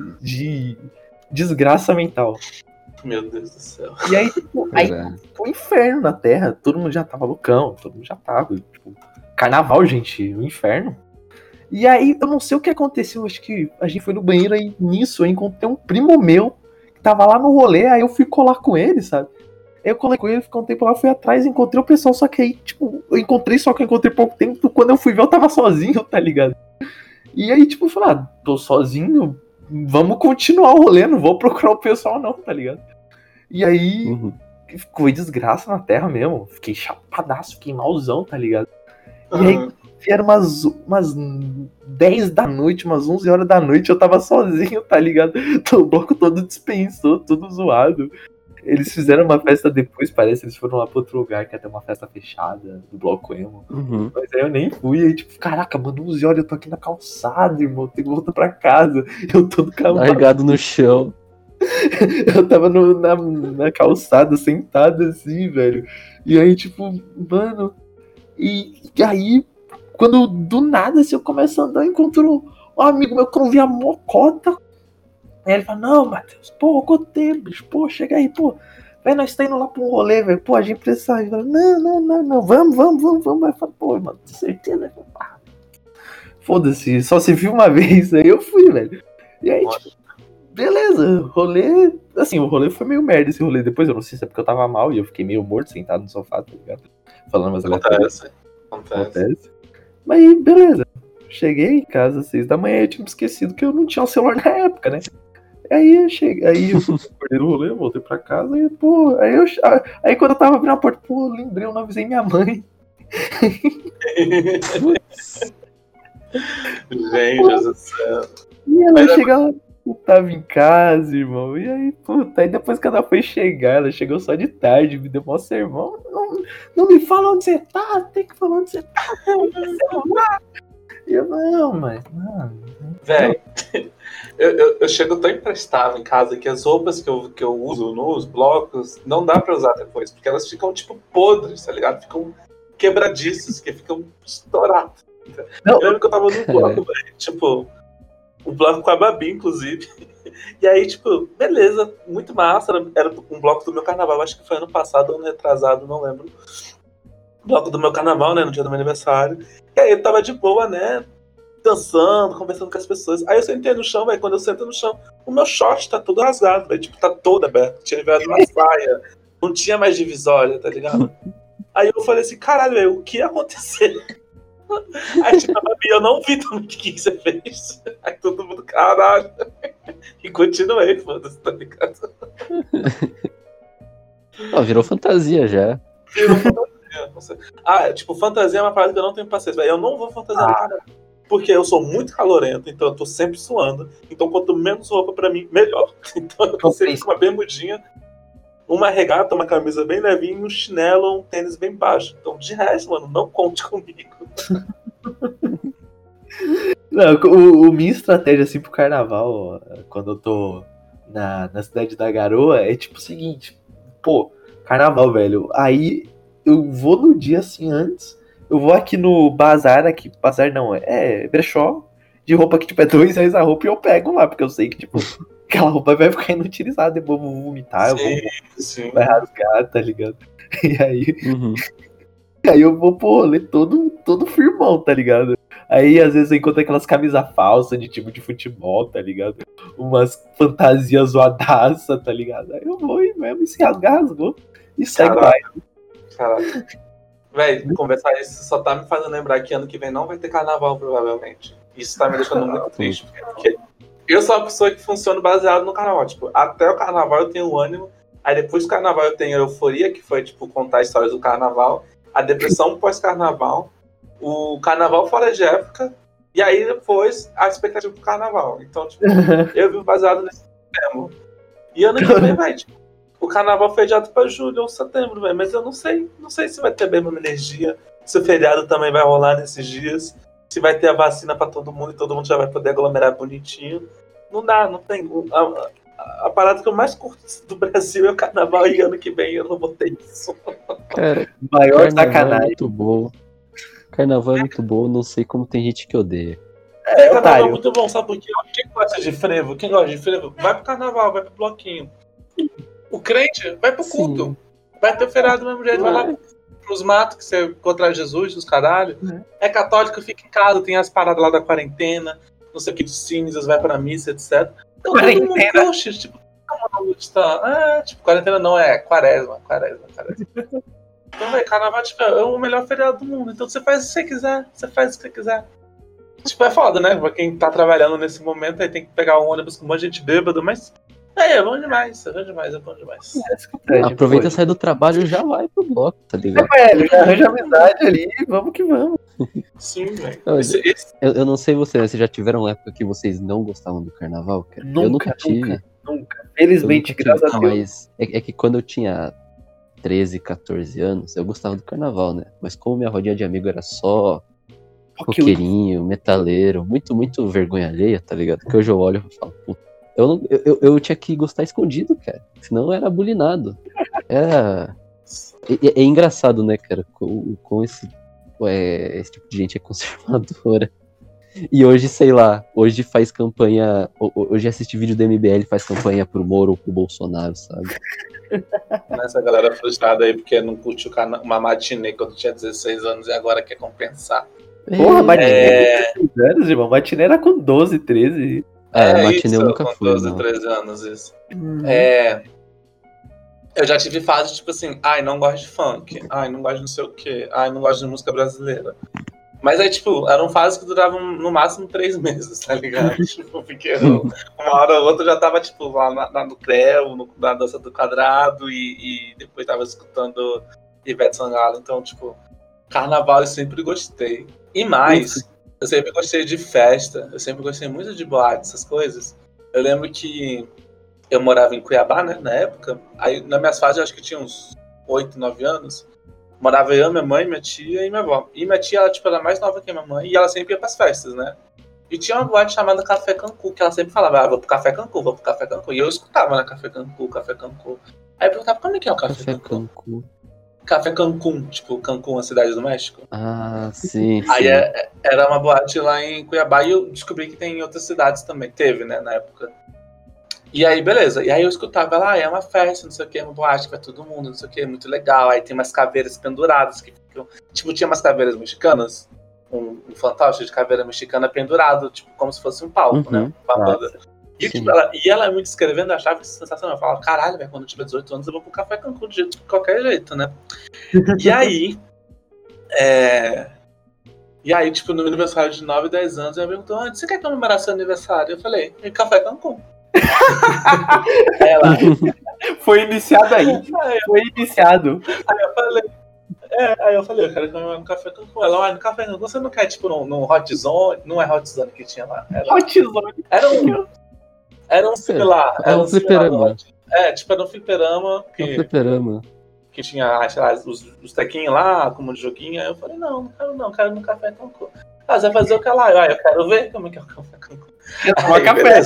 D: desgraça mental.
C: Meu Deus do céu.
D: E aí, tipo, foi um inferno na Terra. Todo mundo já tava loucão, todo mundo já tava. Tipo, carnaval, gente, um inferno. E aí, eu não sei o que aconteceu. Acho que a gente foi no banheiro aí nisso. Eu encontrei um primo meu que tava lá no rolê. Aí eu fui colar com ele, sabe? Aí eu colei com ele, fiquei um tempo lá, fui atrás, encontrei o pessoal. Só que aí, tipo, eu encontrei pouco tempo. Quando eu fui ver, eu tava sozinho, tá ligado? E aí, tipo, eu falei, tô sozinho, vamos continuar o rolê, não vou procurar o pessoal não, tá ligado? E aí, foi desgraça na Terra mesmo, fiquei chapadaço, fiquei malzão, tá ligado? E aí, vieram umas 10 da noite, umas 11 horas da noite, eu tava sozinho, tá ligado? O bloco todo dispensou, tudo zoado. Eles fizeram uma festa depois, parece, eles foram lá pra outro lugar, que ia ter uma festa fechada do bloco emo. Mas aí eu nem fui, aí tipo, caraca, mano, 11 horas eu tô aqui na calçada, irmão, tenho que voltar pra casa. Eu tô no carro.
E: Largado no chão.
D: Eu tava na calçada, sentado assim, velho. E aí, tipo, mano. E aí, quando do nada, assim, eu começo a andar, eu encontro um amigo meu que eu não vi a mocota. Aí ele fala, não, Matheus, pô, quanto tempo, bicho, pô, chega aí, pô, velho, nós tá indo lá pra um rolê, velho, pô, a gente precisa sair. Falo, não, vamos. Aí eu falo, pô, mano, com certeza, foda-se, só se viu uma vez, aí eu fui, velho. E aí, tipo, beleza, rolê, assim, o rolê foi meio merda esse rolê, depois eu não sei se é porque eu tava mal e eu fiquei meio morto, sentado no sofá, tá ligado? Falando umas Acontece. Mas aí, beleza. Cheguei em casa às 6 da manhã e eu tinha esquecido que eu não tinha um celular na época, né? Aí eu acordei no rolê, voltei pra casa e, pô, aí quando eu tava abrindo a porta, pô, lembrei, eu não avisei minha mãe.
C: Gente do céu.
D: E ela chegava, eu tava em casa, irmão. E aí, puta, aí depois que ela foi chegar, ela chegou só de tarde, me deu mó sermão. Não me fala onde você tá, tem que falar onde você tá, celular. E eu, não, mas não.
C: Véi, eu chego tão emprestado em casa que as roupas que eu uso nos blocos não dá pra usar depois, porque elas ficam, tipo, podres, tá ligado? Ficam quebradiças, que ficam estouradas. Eu lembro que eu tava no bloco, velho, tipo, o bloco com a Babi, inclusive. E aí, tipo, beleza, muito massa. Era um bloco do meu carnaval, acho que foi ano passado, ano retrasado, não lembro. Bloco do meu carnaval, né, no dia do meu aniversário. E aí eu tava de boa, né, dançando, conversando com as pessoas. Aí eu sentei no chão, velho, quando eu sento no chão, o meu short tá todo rasgado, velho, tipo, tá todo aberto. Tinha virado uma saia, não tinha mais divisória, tá ligado? Aí eu falei assim, caralho, velho, o que aconteceu? Aí, tipo, a Babi, eu não vi também o que você fez. Aí todo mundo, caralho. E continuei, foda-se, tá ligado?
E: Virou fantasia já.
C: Virou fantasia. Tipo, fantasia é uma parada que eu não tenho paciência. Eu não vou fantasiar no carnaval. Porque eu sou muito calorento, então eu tô sempre suando. Então, quanto menos roupa pra mim, melhor. Então, eu tô sempre com uma bermudinha, uma regata, uma camisa bem levinha, um chinelo, um tênis bem baixo. Então, de resto, mano, não conte comigo.
D: Não, minha estratégia assim pro carnaval, quando eu tô na cidade da Garoa, é tipo o seguinte, pô, carnaval, velho, aí eu vou no dia assim antes, eu vou aqui no bazar não, brechó, de roupa que tipo é R$2 a roupa e eu pego lá, porque eu sei que tipo, aquela roupa vai ficar inutilizada, depois eu vou vomitar, vai rasgar, tá ligado? E aí... Aí eu vou pro rolê todo firmão, tá ligado? Aí às vezes eu encontro aquelas camisas falsas de time de futebol, tá ligado? Umas fantasias zoadaça, tá ligado? Aí eu vou e mesmo se rasgou e segue lá.
C: Caralho. Véi, conversar isso só tá me fazendo lembrar que ano que vem não vai ter carnaval, provavelmente. Isso tá me deixando muito triste. Porque eu sou uma pessoa que funciona baseado no carnaval. Tipo, até o carnaval eu tenho ânimo. Aí depois do carnaval eu tenho a euforia, que foi, tipo, contar histórias do carnaval. A depressão pós-carnaval, o carnaval fora de época, e aí depois a expectativa pro carnaval. Então, tipo, eu vivo baseado nesse tema. E ano que vem, vai, tipo, o carnaval foi adiado pra julho ou setembro, velho, mas eu não sei se vai ter a mesma energia, se o feriado também vai rolar nesses dias, se vai ter a vacina pra todo mundo e todo mundo já vai poder aglomerar bonitinho. Não dá, não tem. A parada que eu mais curto do Brasil é o carnaval, e ano que vem eu não vou ter isso.
E: Cara,
D: maior
E: carnaval
D: sacanagem.
E: É muito bom. Carnaval é muito bom, não sei como tem gente que odeia.
C: Carnaval é muito bom, sabe por quê? Quem gosta de frevo? Vai pro carnaval, vai pro bloquinho. O crente vai pro culto. Sim. Vai ter o feriado do mesmo jeito, vai lá pros matos que você encontrar Jesus, os caralho. É católico, fica em casa, tem as paradas lá da quarentena, não sei o que, dos cinzas, vai pra missa, etc. Então todo mundo curte, tipo, tipo, quarentena não, é quaresma. Então, velho, carnaval tipo, é o melhor feriado do mundo. Então você faz o que você quiser, Tipo, é foda, né? Pra quem tá trabalhando nesse momento, aí tem que pegar um ônibus com um monte de gente bêbado, mas é bom demais, é bom demais.
E: Aproveita, sai do trabalho e já vai pro bloco, tá ligado?
D: Velho, já arranja amizade ali, vamos que vamos.
C: Sim, velho.
E: Eu não sei vocês já tiveram época que vocês não gostavam do carnaval, cara? Eu nunca tive.
D: Nunca. Felizmente, graças a Deus.
E: Mas é que quando eu tinha 13, 14 anos, eu gostava do carnaval, né? Mas como minha rodinha de amigo era só roqueirinho, metaleiro, muito, muito vergonha alheia, tá ligado? Que hoje eu olho e falo, puta, eu tinha que gostar escondido, cara. Senão eu era bulinado. É engraçado, né, cara? Com esse tipo de gente é conservadora. E hoje, sei lá, hoje faz campanha. Hoje assiste vídeo do MBL, faz campanha pro Moro ou pro Bolsonaro, sabe?
C: Essa galera frustrada aí porque não curtiu uma matinê quando tinha 16 anos e agora quer compensar.
D: Porra, matinê com 16 anos, irmão. Matinê era com 12, 13.
E: matinê eu nunca fui.
C: 12, 13 anos, isso. Eu já tive fase, tipo assim, não gosto de funk, não gosto de não sei o quê, não gosto de música brasileira. Mas aí, tipo, eram fases que duravam no máximo 3 meses, tá ligado? Tipo, porque uma hora ou outra eu já tava, tipo, lá no CREO, na dança do quadrado, e depois tava escutando Ivete Sangalo. Então, tipo, carnaval eu sempre gostei. E mais, eu sempre gostei de festa, eu sempre gostei muito de boate, essas coisas. Eu lembro que eu morava em Cuiabá, né, na época. Aí, nas minhas fases, eu acho que tinha uns 8, 9 anos. Morava eu, minha mãe, minha tia e minha avó. E minha tia, ela, tipo, era mais nova que a minha mãe, e ela sempre ia pras festas, né? E tinha uma boate chamada Café Cancún, que ela sempre falava, vou pro Café Cancún, vou pro Café Cancún. E eu escutava, né, Café Cancún, Café Cancún. Aí eu perguntava, como é que é o Café Cancún? Café Cancún, tipo, Cancún, a cidade do México.
E: Ah, sim,
C: Aí
E: sim.
C: era uma boate lá em Cuiabá, e eu descobri que tem em outras cidades também. Teve, né, na época. E aí, beleza. E aí eu escutava ela, é uma festa, não sei o que, uma boate que vai todo mundo, não sei o que, muito legal. Aí tem umas caveiras penduradas que ficam. Tipo, tinha umas caveiras mexicanas, um fantoche de caveira mexicana pendurado, tipo, como se fosse um palco, né? Uma banda. E, tipo, ela me descrevendo, eu achava isso sensacional. Eu falava, caralho, velho, quando eu tiver 18 anos eu vou pro Café Cancún de qualquer jeito, né? E aí. E aí, tipo, no meu aniversário de 9, 10 anos, ela me perguntou, onde você quer comemorar seu aniversário? Eu falei, em Café Cancún. Ela.
D: Foi iniciado aí. Foi iniciado.
C: Aí eu falei, eu quero comer no Café Cancún. Ela, no Café Cancún você não quer, tipo, num Hot Zone? Não é Hot Zone que tinha lá.
D: Hot Zone.
C: Era um similar.
E: É um fliperama.
C: Tipo, era um fliperama que tinha, sei lá, os tequinhos lá, como de joguinho. Aí eu falei, não quero ir no Café Cancún. Ah, você vai fazer o que lá? Eu quero ver como é que é o Café Cancún.
D: Aí, café.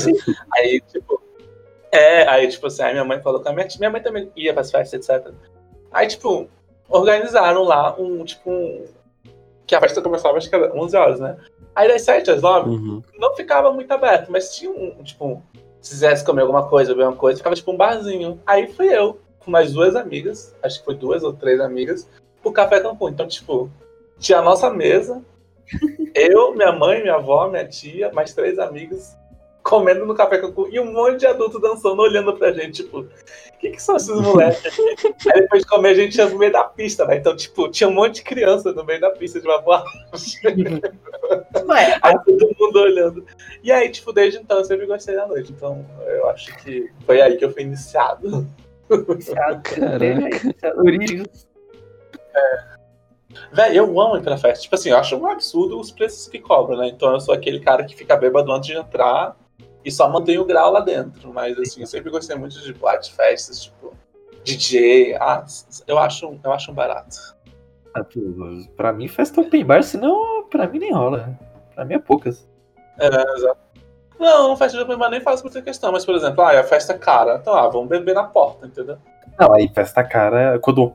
C: Aí, tipo assim, aí minha mãe falou que minha mãe também ia pras festas, etc. Aí, tipo, organizaram lá que a festa começava, acho que era 11 horas, né? Aí das 7 às 9, não ficava muito aberto, mas tinha tipo, se quisesse comer alguma coisa, beber uma coisa, ficava tipo um barzinho. Aí fui eu, com mais 2 amigas, acho que foi 2 ou 3 amigas, pro Café Cancún. Então, tipo, tinha a nossa mesa, eu, minha mãe, minha avó, minha tia, mais 3 amigos, comendo no Café Cancún, e um monte de adulto dançando, olhando pra gente, tipo, o que são esses moleques aqui? Aí depois de comer a gente ia no meio da pista, né? Então, tipo, tinha um monte de criança no meio da pista de uma boate. Aí todo mundo olhando. E aí, tipo, desde então eu sempre gostei da noite. Então, eu acho que foi aí que eu fui iniciado.
E: Caraca.
D: Origens.
C: Véi, eu amo ir pra festa. Tipo assim, eu acho um absurdo os preços que cobram, né? Então eu sou aquele cara que fica bêbado antes de entrar e só mantém o grau lá dentro. Mas assim, eu sempre gostei muito de boate, festas, tipo, DJ. Eu acho um barato.
D: Pra mim, festa open bar, senão pra mim nem rola. Pra mim é poucas.
C: Exato. Não, festa de open bar nem faço muita questão, mas por exemplo, a festa é cara. Então, vamos beber na porta, entendeu?
D: Não, aí festa cara, quando...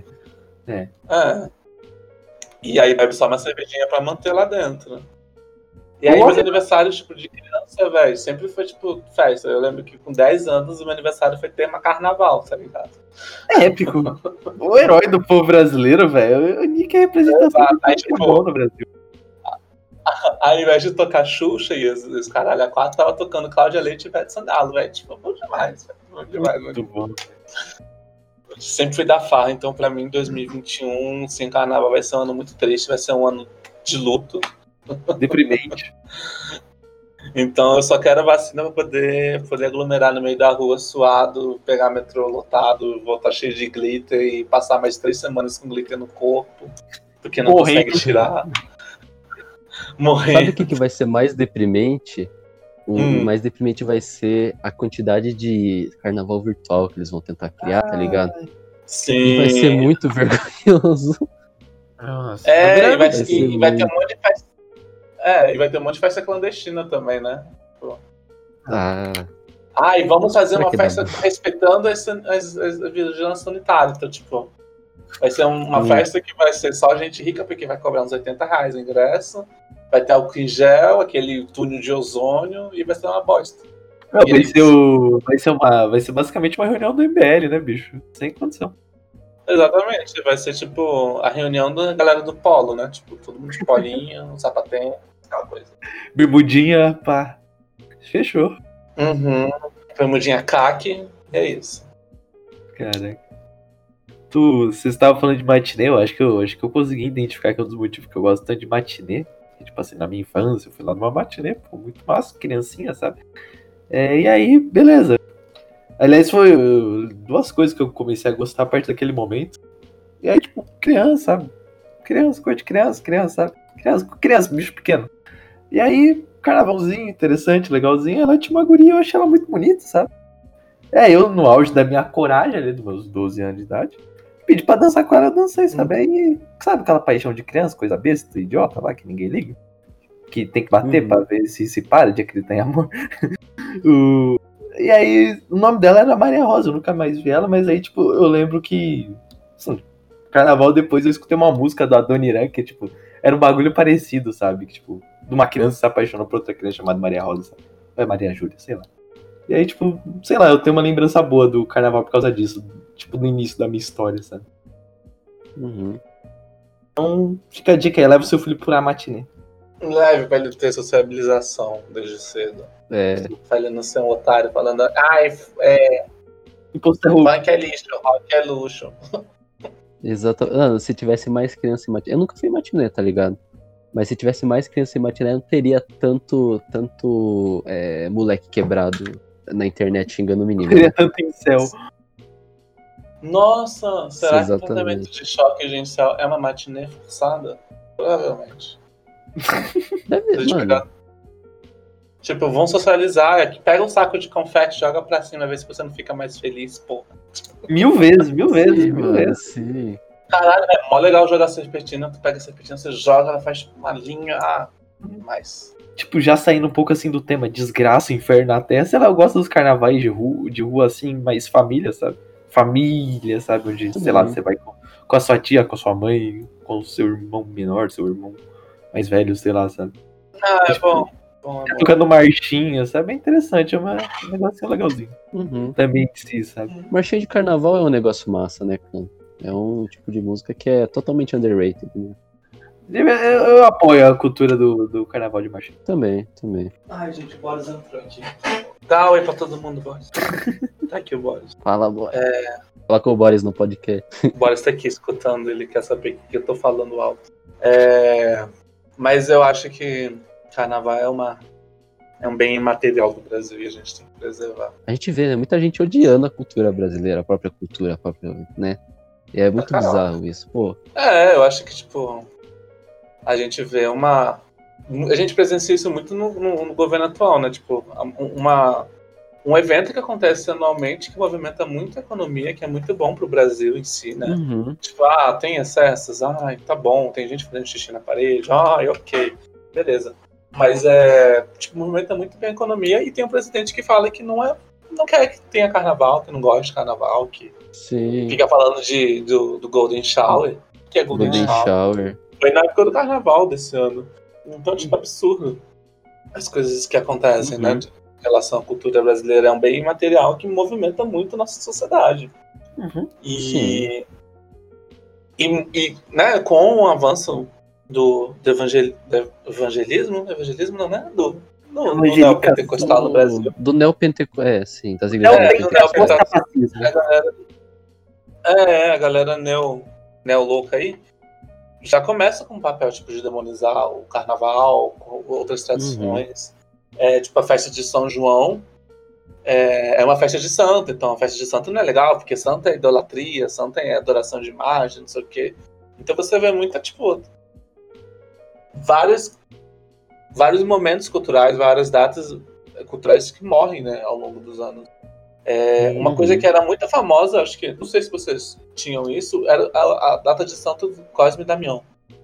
C: E aí bebe só uma cervejinha pra manter lá dentro. E aí meus aniversários, tipo, de criança, velho, sempre foi, tipo, festa. Eu lembro que com 10 anos o meu aniversário foi tema carnaval, tá ligado?
D: É épico. O herói do povo brasileiro, velho. O Nick é a representação do
C: aí,
D: futebol no Brasil.
C: Aí, ao invés de tocar Xuxa e os caralho a 4, tava tocando Cláudia Leite e Ivete Sangalo, velho. Tipo, bom demais, velho. Bom demais,
D: muito bom.
C: Sempre fui da farra, então pra mim 2021, sem carnaval, vai ser um ano muito triste, vai ser um ano de luto.
D: Deprimente.
C: Então eu só quero a vacina pra poder aglomerar no meio da rua suado, pegar metrô lotado, voltar cheio de glitter e passar mais 3 semanas com glitter no corpo, porque não consegue tirar. Morrer.
E: Sabe o que vai ser mais deprimente? O mais deprimente vai ser a quantidade de carnaval virtual que eles vão tentar criar, tá ligado?
C: Sim.
E: E vai ser muito vergonhoso.
D: Nossa,
C: e vai ter um monte de festa. E vai ter um monte de festa clandestina também, né? E vamos fazer uma festa respeitando a vigilância sanitária. Então, tipo, vai ser uma festa que vai ser só gente rica, porque vai cobrar uns R$80 o ingresso. Vai ter álcool em gel, aquele túnel de ozônio, e vai ser uma bosta.
D: Vai ser basicamente uma reunião do MBL, né, bicho? Sem condição.
C: Exatamente, vai ser tipo a reunião da galera do polo, né? Tipo, todo mundo de polinho, sapatinho, aquela coisa.
D: Bermudinha, pá. Fechou.
C: Bermudinha caque, é isso.
D: Caraca. Você estava falando de matinê, eu acho que eu consegui identificar que é um dos motivos que eu gosto tanto de matinê. Que, tipo assim, na minha infância, eu fui lá numa matinê, pô, muito massa, criancinha, sabe? E aí, beleza. Aliás, foi duas coisas que eu comecei a gostar a partir daquele momento. E aí, tipo, criança, sabe? Criança, coisa de criança, sabe? Criança, bicho pequeno. E aí, carnavalzinho, interessante, legalzinho. Ela tinha uma guria, eu achei ela muito bonita, sabe? Eu, no auge da minha coragem, ali, dos meus 12 anos de idade, pedi pra dançar com ela, eu dancei, sabe? Aí, sabe aquela paixão de criança, coisa besta, idiota lá, que ninguém liga? Que tem que bater pra ver se para de acreditar em amor. E aí, o nome dela era Maria Rosa, eu nunca mais vi ela, mas aí, tipo, eu lembro que, assim, carnaval depois eu escutei uma música da Dona Irã, que, tipo, era um bagulho parecido, sabe? Que, tipo, de uma criança se apaixonou por outra criança chamada Maria Rosa, sabe? Ou é Maria Júlia, sei lá. E aí, tipo, sei lá, eu tenho uma lembrança boa do carnaval por causa disso, tipo, no início da minha história, sabe? Então, fica a dica aí, leva o seu filho pra matinê.
C: Leve pra ele ter sociabilização desde cedo. Pra ele não ser um otário falando, funk é lixo, rock é luxo.
E: Exato. Se tivesse mais criança em matiné. Eu nunca fui em matiné, tá ligado? Mas se tivesse mais criança em matiné, não teria tanto moleque quebrado na internet xingando o menino.
D: Teria tanto incel.
C: Nossa, será que o
E: Exatamente.
C: tratamento de choque de incel é uma matinê forçada? Provavelmente.
E: Mano.
C: Tipo, vão socializar, pega um saco de confete, joga pra cima, vê se você não fica mais feliz, porra.
D: Mil vezes.
E: Sim.
C: Caralho, é mó legal jogar serpentina, tu pega a serpentina, você joga, ela faz uma linha, mais.
D: Tipo, já saindo um pouco assim do tema desgraça, inferno na terra, sei lá, eu gosto dos carnavais de rua assim, mais família, sabe? Família, sabe? Onde, sei lá, você vai com a sua tia, com a sua mãe, com o seu irmão menor, seu irmão mais velho, sei lá, sabe?
C: Bom.
D: Tocando marchinha, sabe? É interessante, é um negocinho legalzinho. Também de si, sabe?
E: Marchinha de carnaval é um negócio massa, né, cara? É um tipo de música que é totalmente underrated, né?
D: Eu apoio a cultura do carnaval de marchinha.
E: Também.
C: Ai, gente, o Boris entrou aqui. Dá oi pra todo mundo, Boris. Tá aqui o Boris.
E: Fala, Boris. Fala com o Boris no podcast.
C: O Boris tá aqui escutando, ele quer saber o que eu tô falando alto. Mas eu acho que carnaval é um bem imaterial do Brasil e a gente tem que preservar.
E: A gente vê, né? Muita gente odiando a cultura brasileira, a própria cultura, né? E é muito bizarro isso, pô.
C: Eu acho que, tipo, a gente vê a gente presencia isso muito no governo atual, né? Tipo, um evento que acontece anualmente que movimenta muito a economia, que é muito bom pro Brasil em si, né? Tipo, tem excessos, tá bom, tem gente fazendo xixi na parede, ok, beleza. Mas tipo, movimenta muito bem a economia e tem um presidente que fala que não quer que tenha carnaval, que não gosta de carnaval, que fica falando do Golden Shower, que é Golden Shower. Foi na época do carnaval desse ano. Então, tipo, absurdo as coisas que acontecem, né? Em relação à cultura brasileira, é um bem material que movimenta muito a nossa sociedade. E né, com o avanço do evangelismo não, né? Do neopentecostal no Brasil.
E: Do neopentecostal, sim, das igrejas
C: neopentecostais. A galera neo-louca aí já começa com um papel tipo, de demonizar o carnaval, outras tradições. Tipo, a festa de São João é uma festa de santo, então a festa de santo não é legal, porque santo é idolatria, santo é adoração de imagem, não sei o quê. Então você vê muita, tipo, vários momentos culturais, várias datas culturais que morrem, né, ao longo dos anos. Uma coisa que era muito famosa, acho que, não sei se vocês tinham isso, era a data de Santo Cosme e Damião.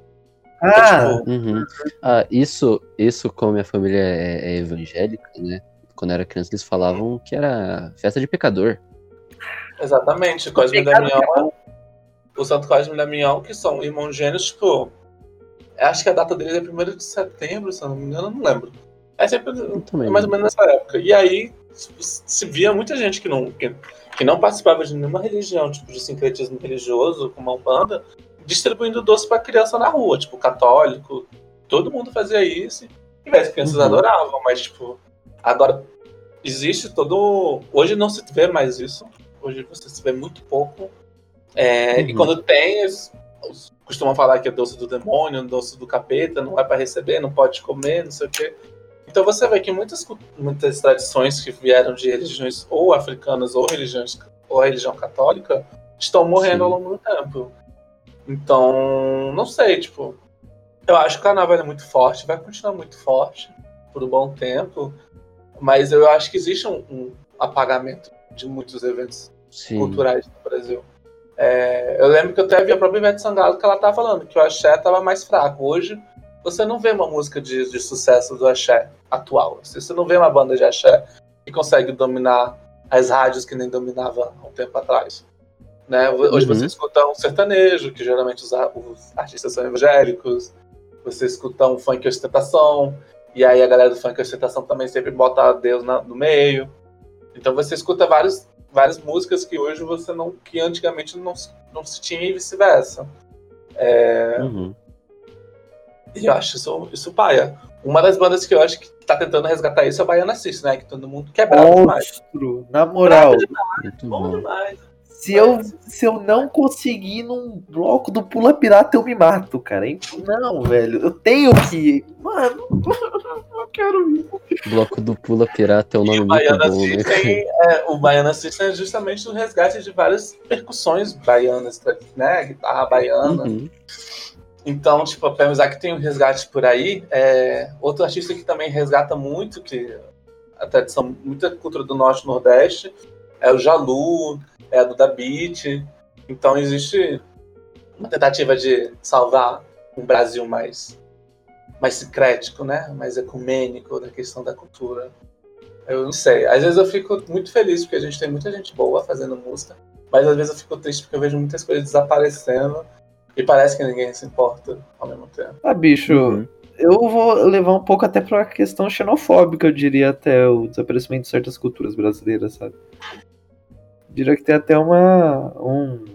E: Isso, como minha família é evangélica, né? Quando eu era criança, eles falavam que era festa de pecador.
C: Exatamente, Cosme e Damião. O Santo Cosme e Damião, que são irmãos gêmeos, tipo, acho que a data deles é 1º de setembro, se não me engano, eu não lembro. É sempre mais ou menos nessa época. E aí se via muita gente que não participava de nenhuma religião, tipo de sincretismo religioso, como a Umbanda, distribuindo doce pra criança na rua, tipo, católico. Todo mundo fazia isso e as crianças adoravam, mas, tipo, agora existe todo... Hoje não se vê mais isso. Hoje você se vê muito pouco E quando tem, eles costumam falar que é doce do demônio, doce do capeta, não é para receber, não pode comer, não sei o quê. Então você vê que muitas tradições que vieram de religiões ou africanas ou a religião católica estão morrendo ao longo do tempo. Então, não sei, tipo, eu acho que o carnaval é muito forte, vai continuar muito forte por um bom tempo, mas eu acho que existe um apagamento de muitos eventos culturais no Brasil. Eu lembro que eu até vi a própria Ivete Sangalo que ela tava falando que o axé tava mais fraco. Hoje você não vê uma música de sucesso do axé atual. Você não vê uma banda de axé que consegue dominar as rádios que nem dominava há um tempo atrás. Né? Hoje você escuta um sertanejo, que geralmente os artistas são evangélicos. Você escuta um funk ostentação, e aí a galera do funk ostentação também sempre bota Deus no meio. Então você escuta várias músicas que hoje que antigamente não se tinha e vice-versa. E eu acho isso paia. Uma das bandas que eu acho que tá tentando resgatar isso é a Baiana System, né? Que todo mundo quebrava demais.
D: Na moral.
C: Bom demais.
D: Se eu não conseguir num bloco do Pula Pirata, eu me mato, cara. Não, velho. Eu tenho que ir. Mano, eu quero ir.
E: Bloco do Pula Pirata é um nome muito bom, né?
C: O Baiana System é justamente o resgate de várias percussões baianas, né? Guitarra baiana. Então, tipo, apesar que tem um resgate por aí, outro artista que também resgata muito, que a tradição, muita cultura do Norte e Nordeste, é o Jalu, é a Duda Beat. Então existe uma tentativa de salvar um Brasil mais sincrético, né? Mais ecumênico na questão da cultura. Eu não sei. Às vezes eu fico muito feliz porque a gente tem muita gente boa fazendo música, mas às vezes eu fico triste porque eu vejo muitas coisas desaparecendo e parece que ninguém se importa ao mesmo tempo.
D: Bicho, eu vou levar um pouco até pra uma questão xenofóbica, eu diria, até o desaparecimento de certas culturas brasileiras, sabe? Diria que tem até um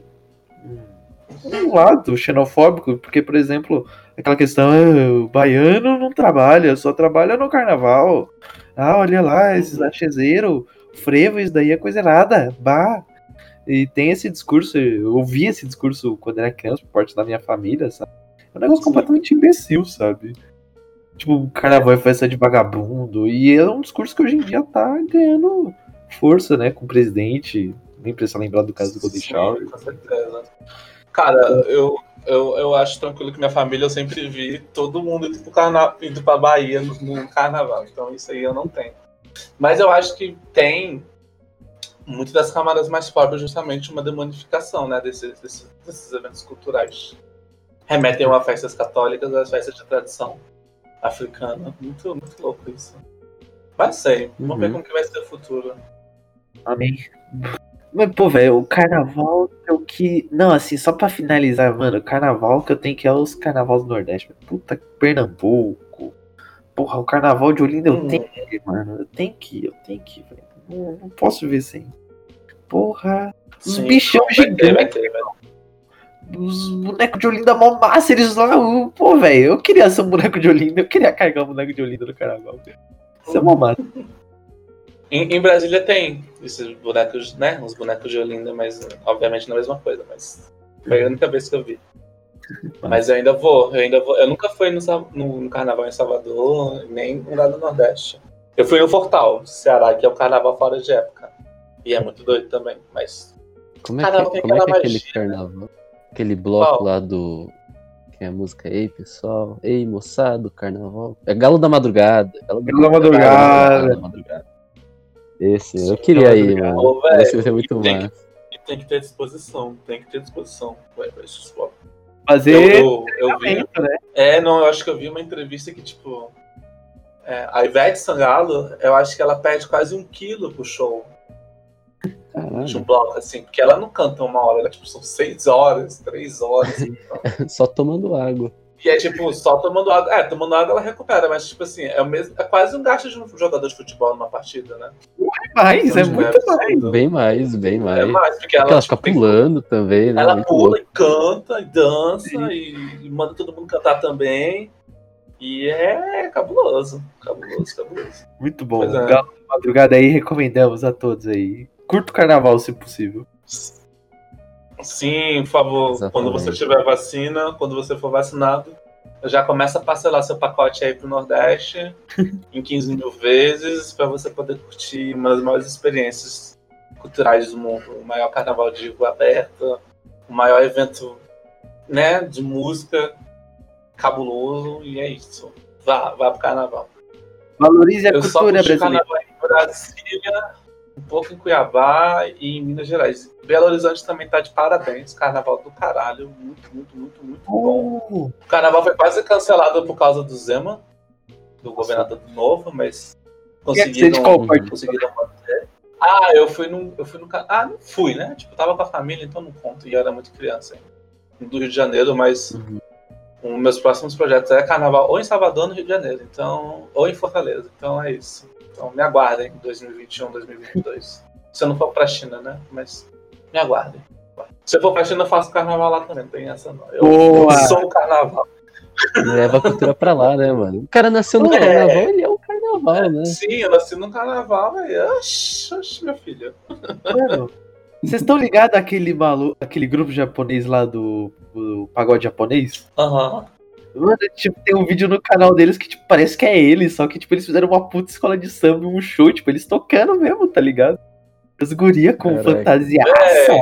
D: lado xenofóbico, porque, por exemplo, aquela questão, o baiano não trabalha, só trabalha no carnaval. Olha lá, esses achezeiros, frevo, isso daí é coisa errada, bah. E tem esse discurso, eu ouvi esse discurso quando era criança, por parte da minha família, sabe? É um negócio completamente imbecil, sabe? Tipo, carnaval é festa de vagabundo, e é um discurso que hoje em dia tá ganhando força, né, com o presidente. Nem precisa lembrar do caso do Golden Shower.
C: Com certeza. Cara, eu acho tranquilo que minha família eu sempre vi todo mundo indo pra Bahia no carnaval. Então isso aí eu não tenho. Mas eu acho que tem muitas das camadas mais pobres justamente uma demonificação, né, desses eventos culturais. Remetem a festas católicas, às festas de tradição africana. Muito, muito louco isso. Mas sei, vamos ver como que vai ser o futuro.
D: Amém. Mas, pô, velho, o carnaval Não, assim, só pra finalizar, mano, o carnaval que eu tenho que é os carnavais do Nordeste. Puta, Pernambuco. Porra, o carnaval de Olinda eu tenho que ir, mano. Eu tenho que ir, velho. Não posso ver sem. Porra. Os bichão gigantes. Os bonecos de Olinda mó massa, eles lá. Pô, velho, eu queria ser um boneco de Olinda. Eu queria carregar um boneco de Olinda no carnaval. Isso é mó massa.
C: Em Brasília tem esses bonecos, né? Uns bonecos de Olinda, mas obviamente não é a mesma coisa. Mas foi a única vez que eu vi. Mas eu ainda vou. Eu nunca fui no carnaval em Salvador, nem lá no Nordeste. Eu fui no Fortal, Ceará, que é o carnaval fora de época. E é muito doido também, mas...
E: Como é que é aquele carnaval? Aquele bloco lá do... Que é a música Ei, pessoal. Ei, moçada, do carnaval. É Galo da Madrugada. Galo da Madrugada. Esse, eu queria ir, mano. Esse vai ser muito massa.
C: Tem que ter disposição.
D: Fazer
C: eu vi, né? Eu acho que eu vi uma entrevista que, tipo... a Ivete Sangalo, eu acho que ela perde quase 1 quilo pro show. De um bloco, assim. Porque ela não canta 1 hora, ela, tipo, são 6 horas, 3 horas. Então.
E: Só tomando água.
C: E é tipo, só tomando água. Tomando água ela recupera, mas tipo assim, é quase um gasto de um jogador de futebol numa partida, né?
D: É muito mais.
E: Bem mais.
C: É mais, porque ela
E: fica pulando também, né?
C: Ela
E: muito
C: pula
E: louco.
C: e canta e dança e manda todo mundo cantar também. E é cabuloso.
D: Muito bom. Galo da Madrugada aí, recomendamos a todos aí. Curta o carnaval, se possível.
C: Sim, por favor,
E: Exatamente.
C: quando você tiver vacina, quando você for vacinado, já começa a parcelar seu pacote aí pro Nordeste em 15 mil vezes para você poder curtir uma das maiores experiências culturais do mundo. O maior carnaval de rua aberta, o maior evento, né, de música cabuloso, e é isso. Vá pro carnaval.
D: Valorize a
C: Eu só
D: cultura
C: curti
D: brasileira.
C: carnaval em Brasília, um pouco em Cuiabá e em Minas Gerais. Belo Horizonte também tá de parabéns, carnaval do caralho, muito bom. O carnaval foi quase cancelado por causa do Zema, do governador novo, mas
D: Você é de qual partido?
C: conseguiram manter. Ah, eu fui no não fui, né? Tipo, tava com a família, então não conto, e eu era muito criança ainda. Do Rio de Janeiro, mas meus próximos projetos é carnaval ou em Salvador, no Rio de Janeiro, então, ou em Fortaleza, então é isso. Então me aguardem em 2021, 2022. Se eu não for pra China, né? Mas me aguardem. Se eu for pra China, eu faço carnaval lá também, não tem essa não. Eu sou o carnaval.
E: Leva a cultura pra lá, né, mano? O cara nasceu no carnaval, ele é o carnaval, né?
C: Sim, eu nasci no carnaval, velho. Oxi, meu filho.
D: Mano, vocês estão ligados àquele grupo japonês lá do pagode japonês?
C: Aham.
D: Mano, tipo, tem um vídeo no canal deles que, tipo, parece que é eles, só que, tipo, eles fizeram uma puta escola de samba, um show, tipo, eles tocando mesmo, tá ligado? As gurias com
E: Caraca.
D: fantasiaça.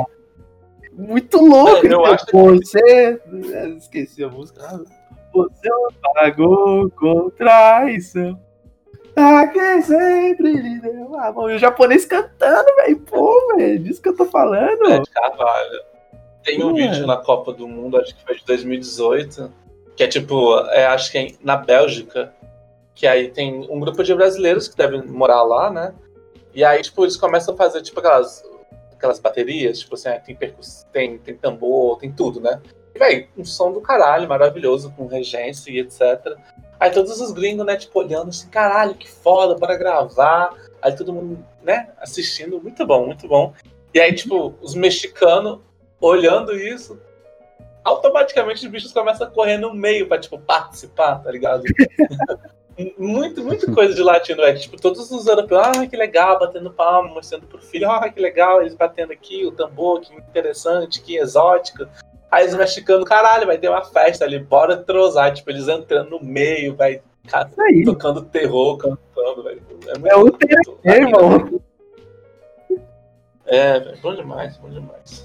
D: Muito louco,
C: Eu acho que-
D: você... Esqueci a música. Você pagou com traição. A quem sempre lhe deu a mão. E o japonês cantando, velho. Pô, velho, disso que eu tô falando.
C: É de Carvalho. Tem um vídeo na Copa do Mundo, acho que foi de 2018, que é tipo, acho que é na Bélgica, que aí tem um grupo de brasileiros que devem morar lá, né? E aí, tipo, eles começam a fazer, tipo, aquelas baterias, tipo assim, tem tambor, tem tudo, né? E, véi, um som do caralho, maravilhoso, com regência e etc. Aí todos os gringos, né, tipo, olhando assim, caralho, que foda, bora gravar. Aí todo mundo, né, assistindo, muito bom, muito bom. E aí, tipo, os mexicanos olhando isso, automaticamente os bichos começam a correr no meio pra, tipo, participar, tá ligado? Muito coisa de latino, velho. Tipo, todos os europeus, que legal, batendo palma, mostrando pro filho, que legal, eles batendo aqui, o tambor, que interessante, que exótico. Aí os mexicanos, caralho, vai ter uma festa ali, bora trozar, tipo, eles entrando no meio, vai tocando terror, cantando, velho.
D: É o terror, irmão.
C: É, velho, bom demais, bom demais.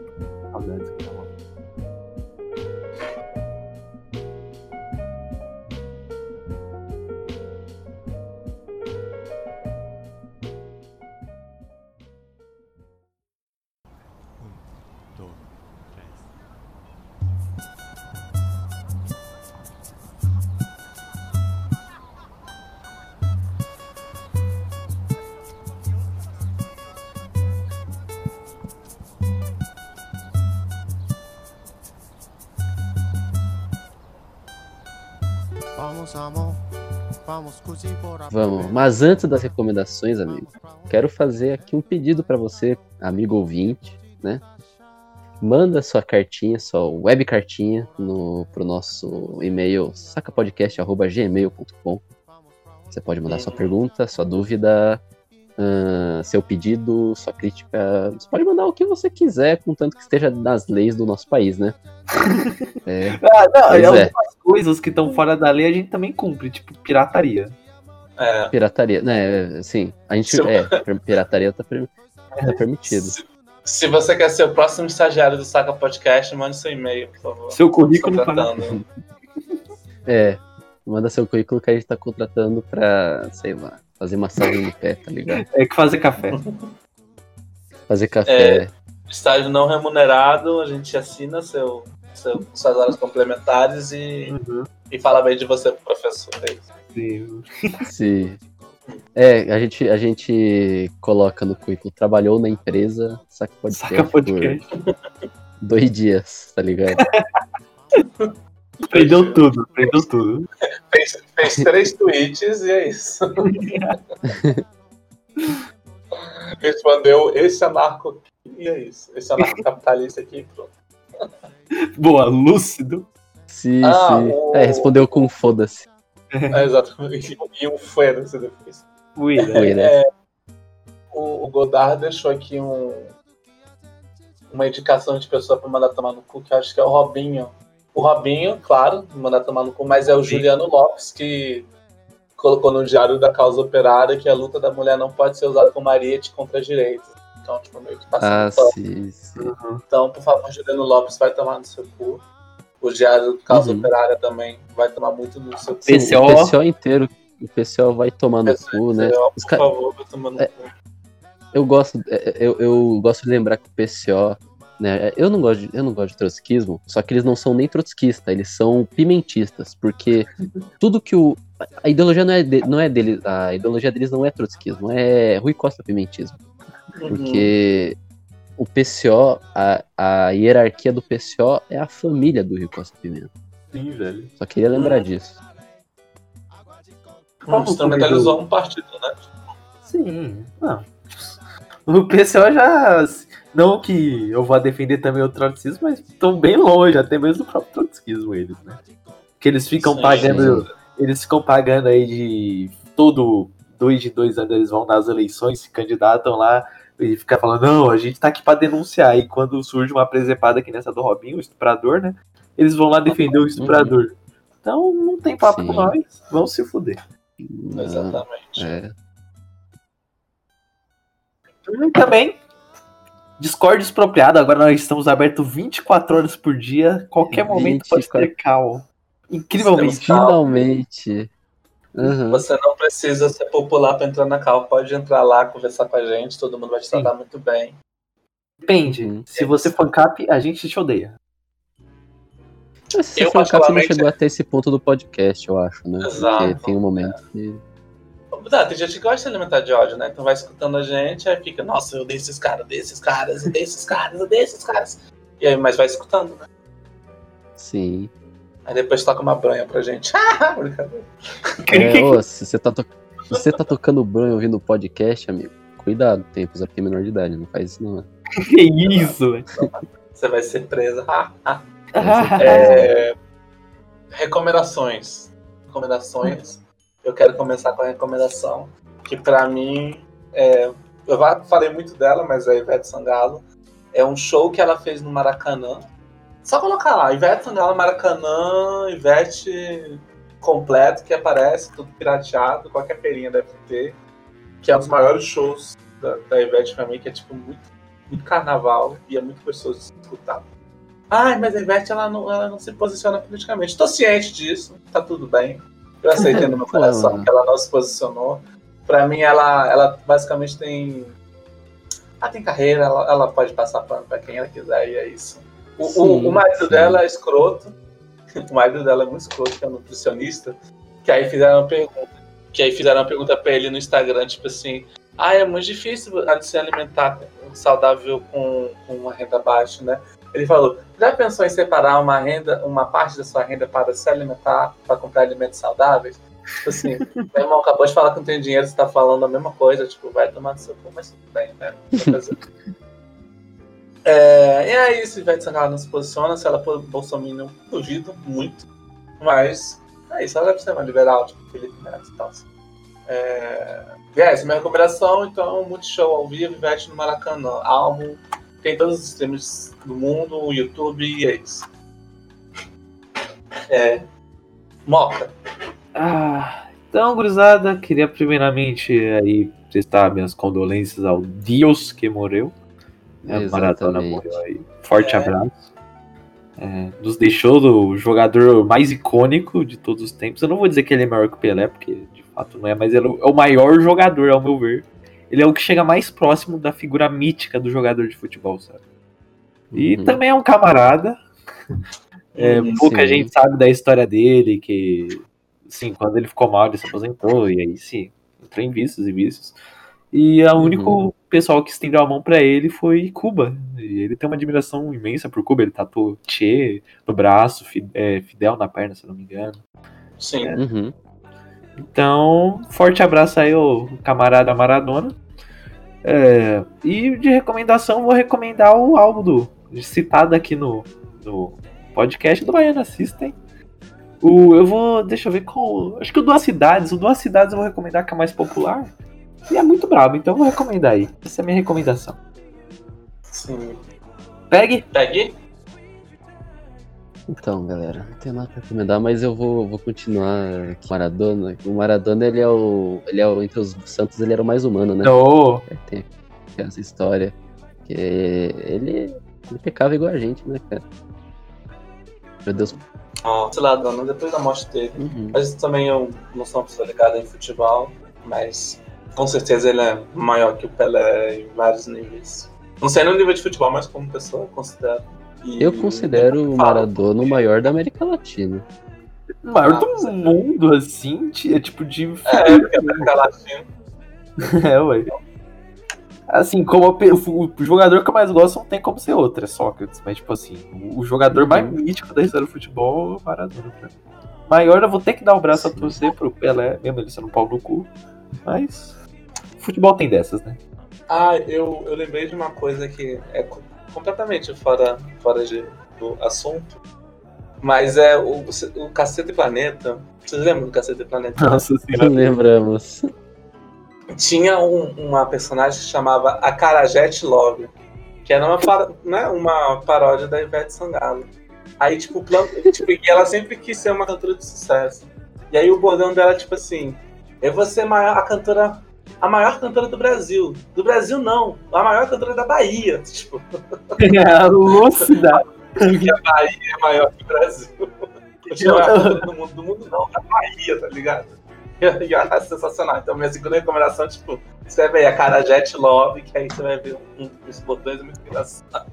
E: Vamos, mas antes das recomendações, amigo, quero fazer aqui um pedido pra você, amigo ouvinte, né? Manda sua cartinha, sua web cartinha pro nosso e-mail sacapodcast@gmail.com. Você pode mandar sua pergunta, sua dúvida, seu pedido, sua crítica. Você pode mandar o que você quiser, contanto que esteja nas leis do nosso país, né?
D: Algumas coisas que estão fora da lei a gente também cumpre, tipo pirataria.
E: Pirataria, né? Sim, a gente pirataria tá permitido.
C: Se você quer ser o próximo estagiário do Saca Podcast, mande seu e-mail, por favor.
D: Seu currículo
C: contratando.
E: Manda seu currículo que a gente tá contratando pra, sei lá, fazer massagem no pé, tá ligado?
D: É que fazer café.
E: Fazer café.
C: Estágio não remunerado, a gente assina suas horas complementares e fala bem de você pro professor. É isso.
E: Sim. A gente coloca no currículo, trabalhou na empresa, Saca Podcast por 2 dias, tá ligado?
D: Aprendeu tudo.
C: Fez 3 tweets e é isso. Respondeu esse anarco e é isso. Esse anarco capitalista aqui, pronto.
D: Boa, lúcido.
E: Sim. Respondeu com foda-se.
C: Exatamente. E um foda-se depois.
D: O
C: Godard deixou aqui uma indicação de pessoa pra mandar tomar no cu, que eu acho que é o Robinho. O Robinho, claro, mandar tomar no cu, mas é o Juliano Lopes que colocou no Diário da Causa Operária que a luta da mulher não pode ser usada como ariete contra direitos. Então, tipo, meio que passando pano.
E: Sim.
C: Então, por favor, Juliano Lopes vai tomar no seu cu. O Diário da Causa Operária também vai tomar muito no seu cu.
E: Sim, o PCO inteiro, o PCO vai tomar no cu, né?
C: Por favor, vai tomar no cu.
E: Eu gosto de lembrar que o PCO, né? Eu não gosto de trotskismo, só que eles não são nem trotskistas, eles são pimentistas, porque tudo que a ideologia não é deles, a ideologia deles não é trotskismo, é Rui Costa pimentismo. Porque o PCO, a hierarquia do PCO é a família do Rui Costa Pimenta.
D: Sim, velho.
E: Só queria lembrar disso.
C: Instrumentalizou um partido, né?
D: Sim, não. O PCO já. Não que eu vá defender também o trotskismo, mas estão bem longe, até mesmo do próprio trotskismo, eles, né? Que eles ficam pagando. Sim. Eles ficam pagando aí de todo 2 de 2 anos, eles vão nas eleições, se candidatam lá e ficam falando, não, a gente tá aqui pra denunciar. E quando surge uma presepada aqui nessa do Robinho, o estuprador, né? Eles vão lá defender o estuprador. Então não tem papo com nós, vão se fuder.
C: Exatamente.
D: E também, Discord expropriado, agora nós estamos abertos 24 horas por dia, qualquer momento pode ter call. Incrivelmente.
E: Finalmente.
C: Você não precisa ser popular para entrar na call, pode entrar lá, conversar com a gente, todo mundo vai te tratar muito bem.
D: Depende, se você for ANCAP, a gente te odeia.
E: Se você for ANCAP, você não chegou até esse ponto do podcast, eu acho, né?
C: Exato.
E: Porque tem um momento que...
C: Tem gente que gosta de se alimentar de ódio, né? Então vai escutando a gente, aí fica, nossa, eu odeio esses caras, eu odeio esses caras. E aí, mas vai escutando, né?
E: Sim.
C: Aí depois toca uma banha pra gente. Brincadeira.
E: Se você tá tocando banho ouvindo o podcast, amigo, cuidado, tem episódio que é menor de idade, não faz isso não.
D: Que isso, velho?
C: Você vai ser presa. Recomendações. Eu quero começar com a recomendação, que pra mim, eu falei muito dela, mas é a Ivete Sangalo. É um show que ela fez no Maracanã. Só colocar lá, Ivete Sangalo, Maracanã, Ivete completo, que aparece, tudo pirateado, qualquer perinha deve ter. Que é um dos maiores shows da Ivete pra mim, que é tipo muito carnaval e é muito gostoso de escutar. Mas a Ivete ela não se posiciona politicamente. Tô ciente disso, tá tudo bem. Eu aceitei no meu coração que ela não se posicionou. Pra mim, ela basicamente tem carreira, ela pode passar pano pra quem ela quiser, e é isso. O marido dela é escroto. O marido dela é muito escroto, que é um nutricionista. Que aí fizeram uma pergunta pra ele no Instagram, tipo assim: é muito difícil se alimentar saudável com uma renda baixa, né? Ele falou: já pensou em separar uma parte da sua renda para se alimentar, para comprar alimentos saudáveis? Tipo assim, meu irmão acabou de falar que não tem dinheiro, você tá falando a mesma coisa, tipo, vai tomar no seu cu, mas tudo bem, né? E é isso, Ivete Sangalo não se posiciona, se ela for bolsominion, duvido muito, mas é isso, ela deve ser uma liberal, tipo Felipe Neto e tal. Essa é minha recuperação, então, Multishow ao vivo, Ivete no Maracanã, álbum, tem todos os streams do mundo, o YouTube, e é isso. Moca.
D: Então, gurizada, queria primeiramente aí prestar minhas condolências ao Deus que morreu. A Maradona morreu aí. Forte abraço. Nos deixou o jogador mais icônico de todos os tempos. Eu não vou dizer que ele é maior que o Pelé, porque de fato não é, mas ele é o maior jogador, ao meu ver. Ele é o que chega mais próximo da figura mítica do jogador de futebol, sabe? E também é um camarada. Pouca gente sabe da história dele, que, assim, quando ele ficou mal, ele se aposentou, e aí sim, entrou em vícios e vícios. E o único pessoal que estendeu a mão pra ele foi Cuba. E ele tem uma admiração imensa por Cuba. Ele tatuou Che no braço, Fidel na perna, se eu não me engano.
C: Sim.
D: Então, forte abraço aí ao camarada Maradona. E de recomendação, vou recomendar o álbum citado aqui no podcast do Baiana System. Deixa eu ver qual. Acho que o Duas Cidades. O Duas Cidades eu vou recomendar, que é mais popular. E é muito brabo, então eu vou recomendar aí. Essa é a minha recomendação.
C: Sim.
D: Pegue.
C: Pegue?
E: Então, galera, não tenho nada pra recomendar, mas eu vou continuar aqui. Maradona. O Maradona, ele é o. Entre os santos, ele era o mais humano, né?
D: Oh.
E: Tem essa história. Que ele pecava igual a gente, né, cara? Meu Deus.
C: Sei lá, dona, depois da morte dele.
E: Uhum.
C: Mas também eu não sou uma pessoa ligada em futebol, mas com certeza ele é maior que o Pelé em vários níveis. Não sei no nível de futebol, mas como pessoa eu considero.
E: Eu considero o Maradona o maior da América Latina.
D: O maior do mundo, assim, é tipo de...
C: porque é América Latina.
D: É, ué. Assim, como o jogador que eu mais gosto não tem como ser outro, é Sócrates. Mas, tipo assim, o jogador mais mítico da história do futebol é o Maradona. Pra mim. Maior eu vou ter que dar o braço a torcer pro Pelé, mesmo ele sendo um pau no cu. Mas, futebol tem dessas, né?
C: Eu lembrei de uma coisa que é completamente fora do assunto. Mas é o Cacete Planeta. Vocês lembram do Cacete Planeta?
D: Nossa senhora.
E: Lembramos.
C: Tinha uma personagem que chamava Acarajete Love, que era uma paródia da Ivete Sangalo. Aí, e ela sempre quis ser uma cantora de sucesso. E aí o bordão dela, tipo assim, eu vou ser a maior cantora do Brasil. Do Brasil, não. A maior cantora da Bahia. Tipo,
D: É velocidade.
C: porque a Bahia é maior que o Brasil. Eu acho do mundo não, da Bahia, tá ligado? E eu acho sensacional. Então, minha segunda recomendação, tipo, escreve aí a Acarajete Love, que aí você vai ver uns botões muito engraçados.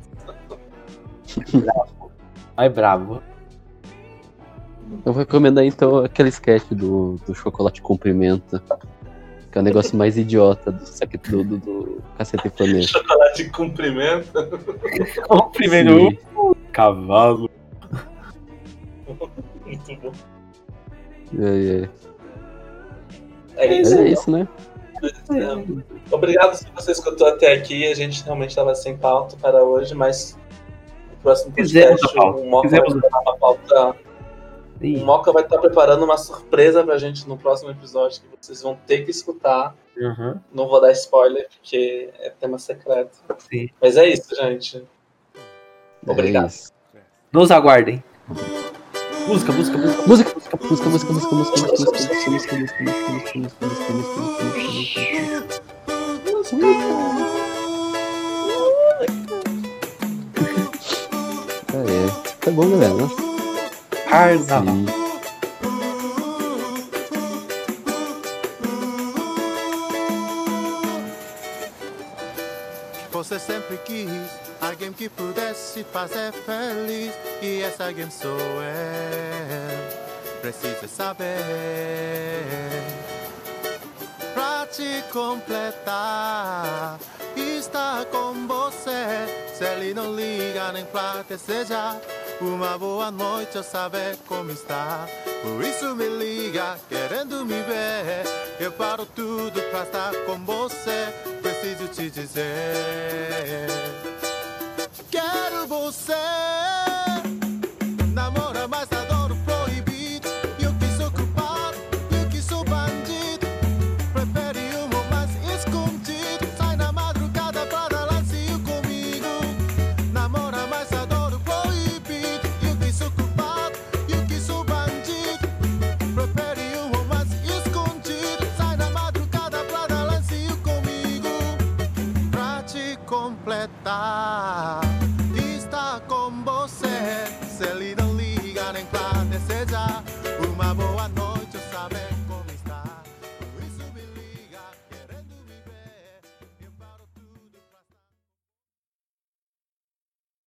D: Ai, bravo.
E: Eu vou recomendar então aquele sketch do Chocolate Cumprimenta. Que é o negócio mais idiota do Cacete Planeta.
C: Chocolate Cumprimenta.
D: Cumprimento cavalo.
C: Muito bom.
E: É isso, né?
C: Obrigado se você escutou até aqui. A gente realmente estava sem pauta para hoje, mas no próximo podcast o Moca vai estar na pauta. O Moca vai estar preparando uma surpresa pra gente no próximo episódio que vocês vão ter que escutar.
D: Uhum.
C: Não vou dar spoiler porque é tema secreto.
D: Sim.
C: Mas é isso, gente. Obrigado.
D: Nos aguardem. Música.
E: Tá bom, galera.
D: Carnaval.
F: Você sempre quis alguém que pudesse fazer feliz, e essa alguém sou eu. Precisa saber pra te completar. Está com você. Se ele não liga nem pra desejar uma boa noite, eu saber como está. Por isso me liga, querendo me ver. Eu paro tudo pra estar com você. Preciso te dizer, quero você. Namora, mas adoro proibido. Eu que sou culpado, eu que sou bandido. Prefere um romance escondido. Sai na madrugada pra dar lacinho comigo. Namora, mas adoro proibido. Eu que sou culpado, eu que sou bandido. Prefere um romance escondido. Sai na madrugada pra dar lacinho comigo. Pra te completar.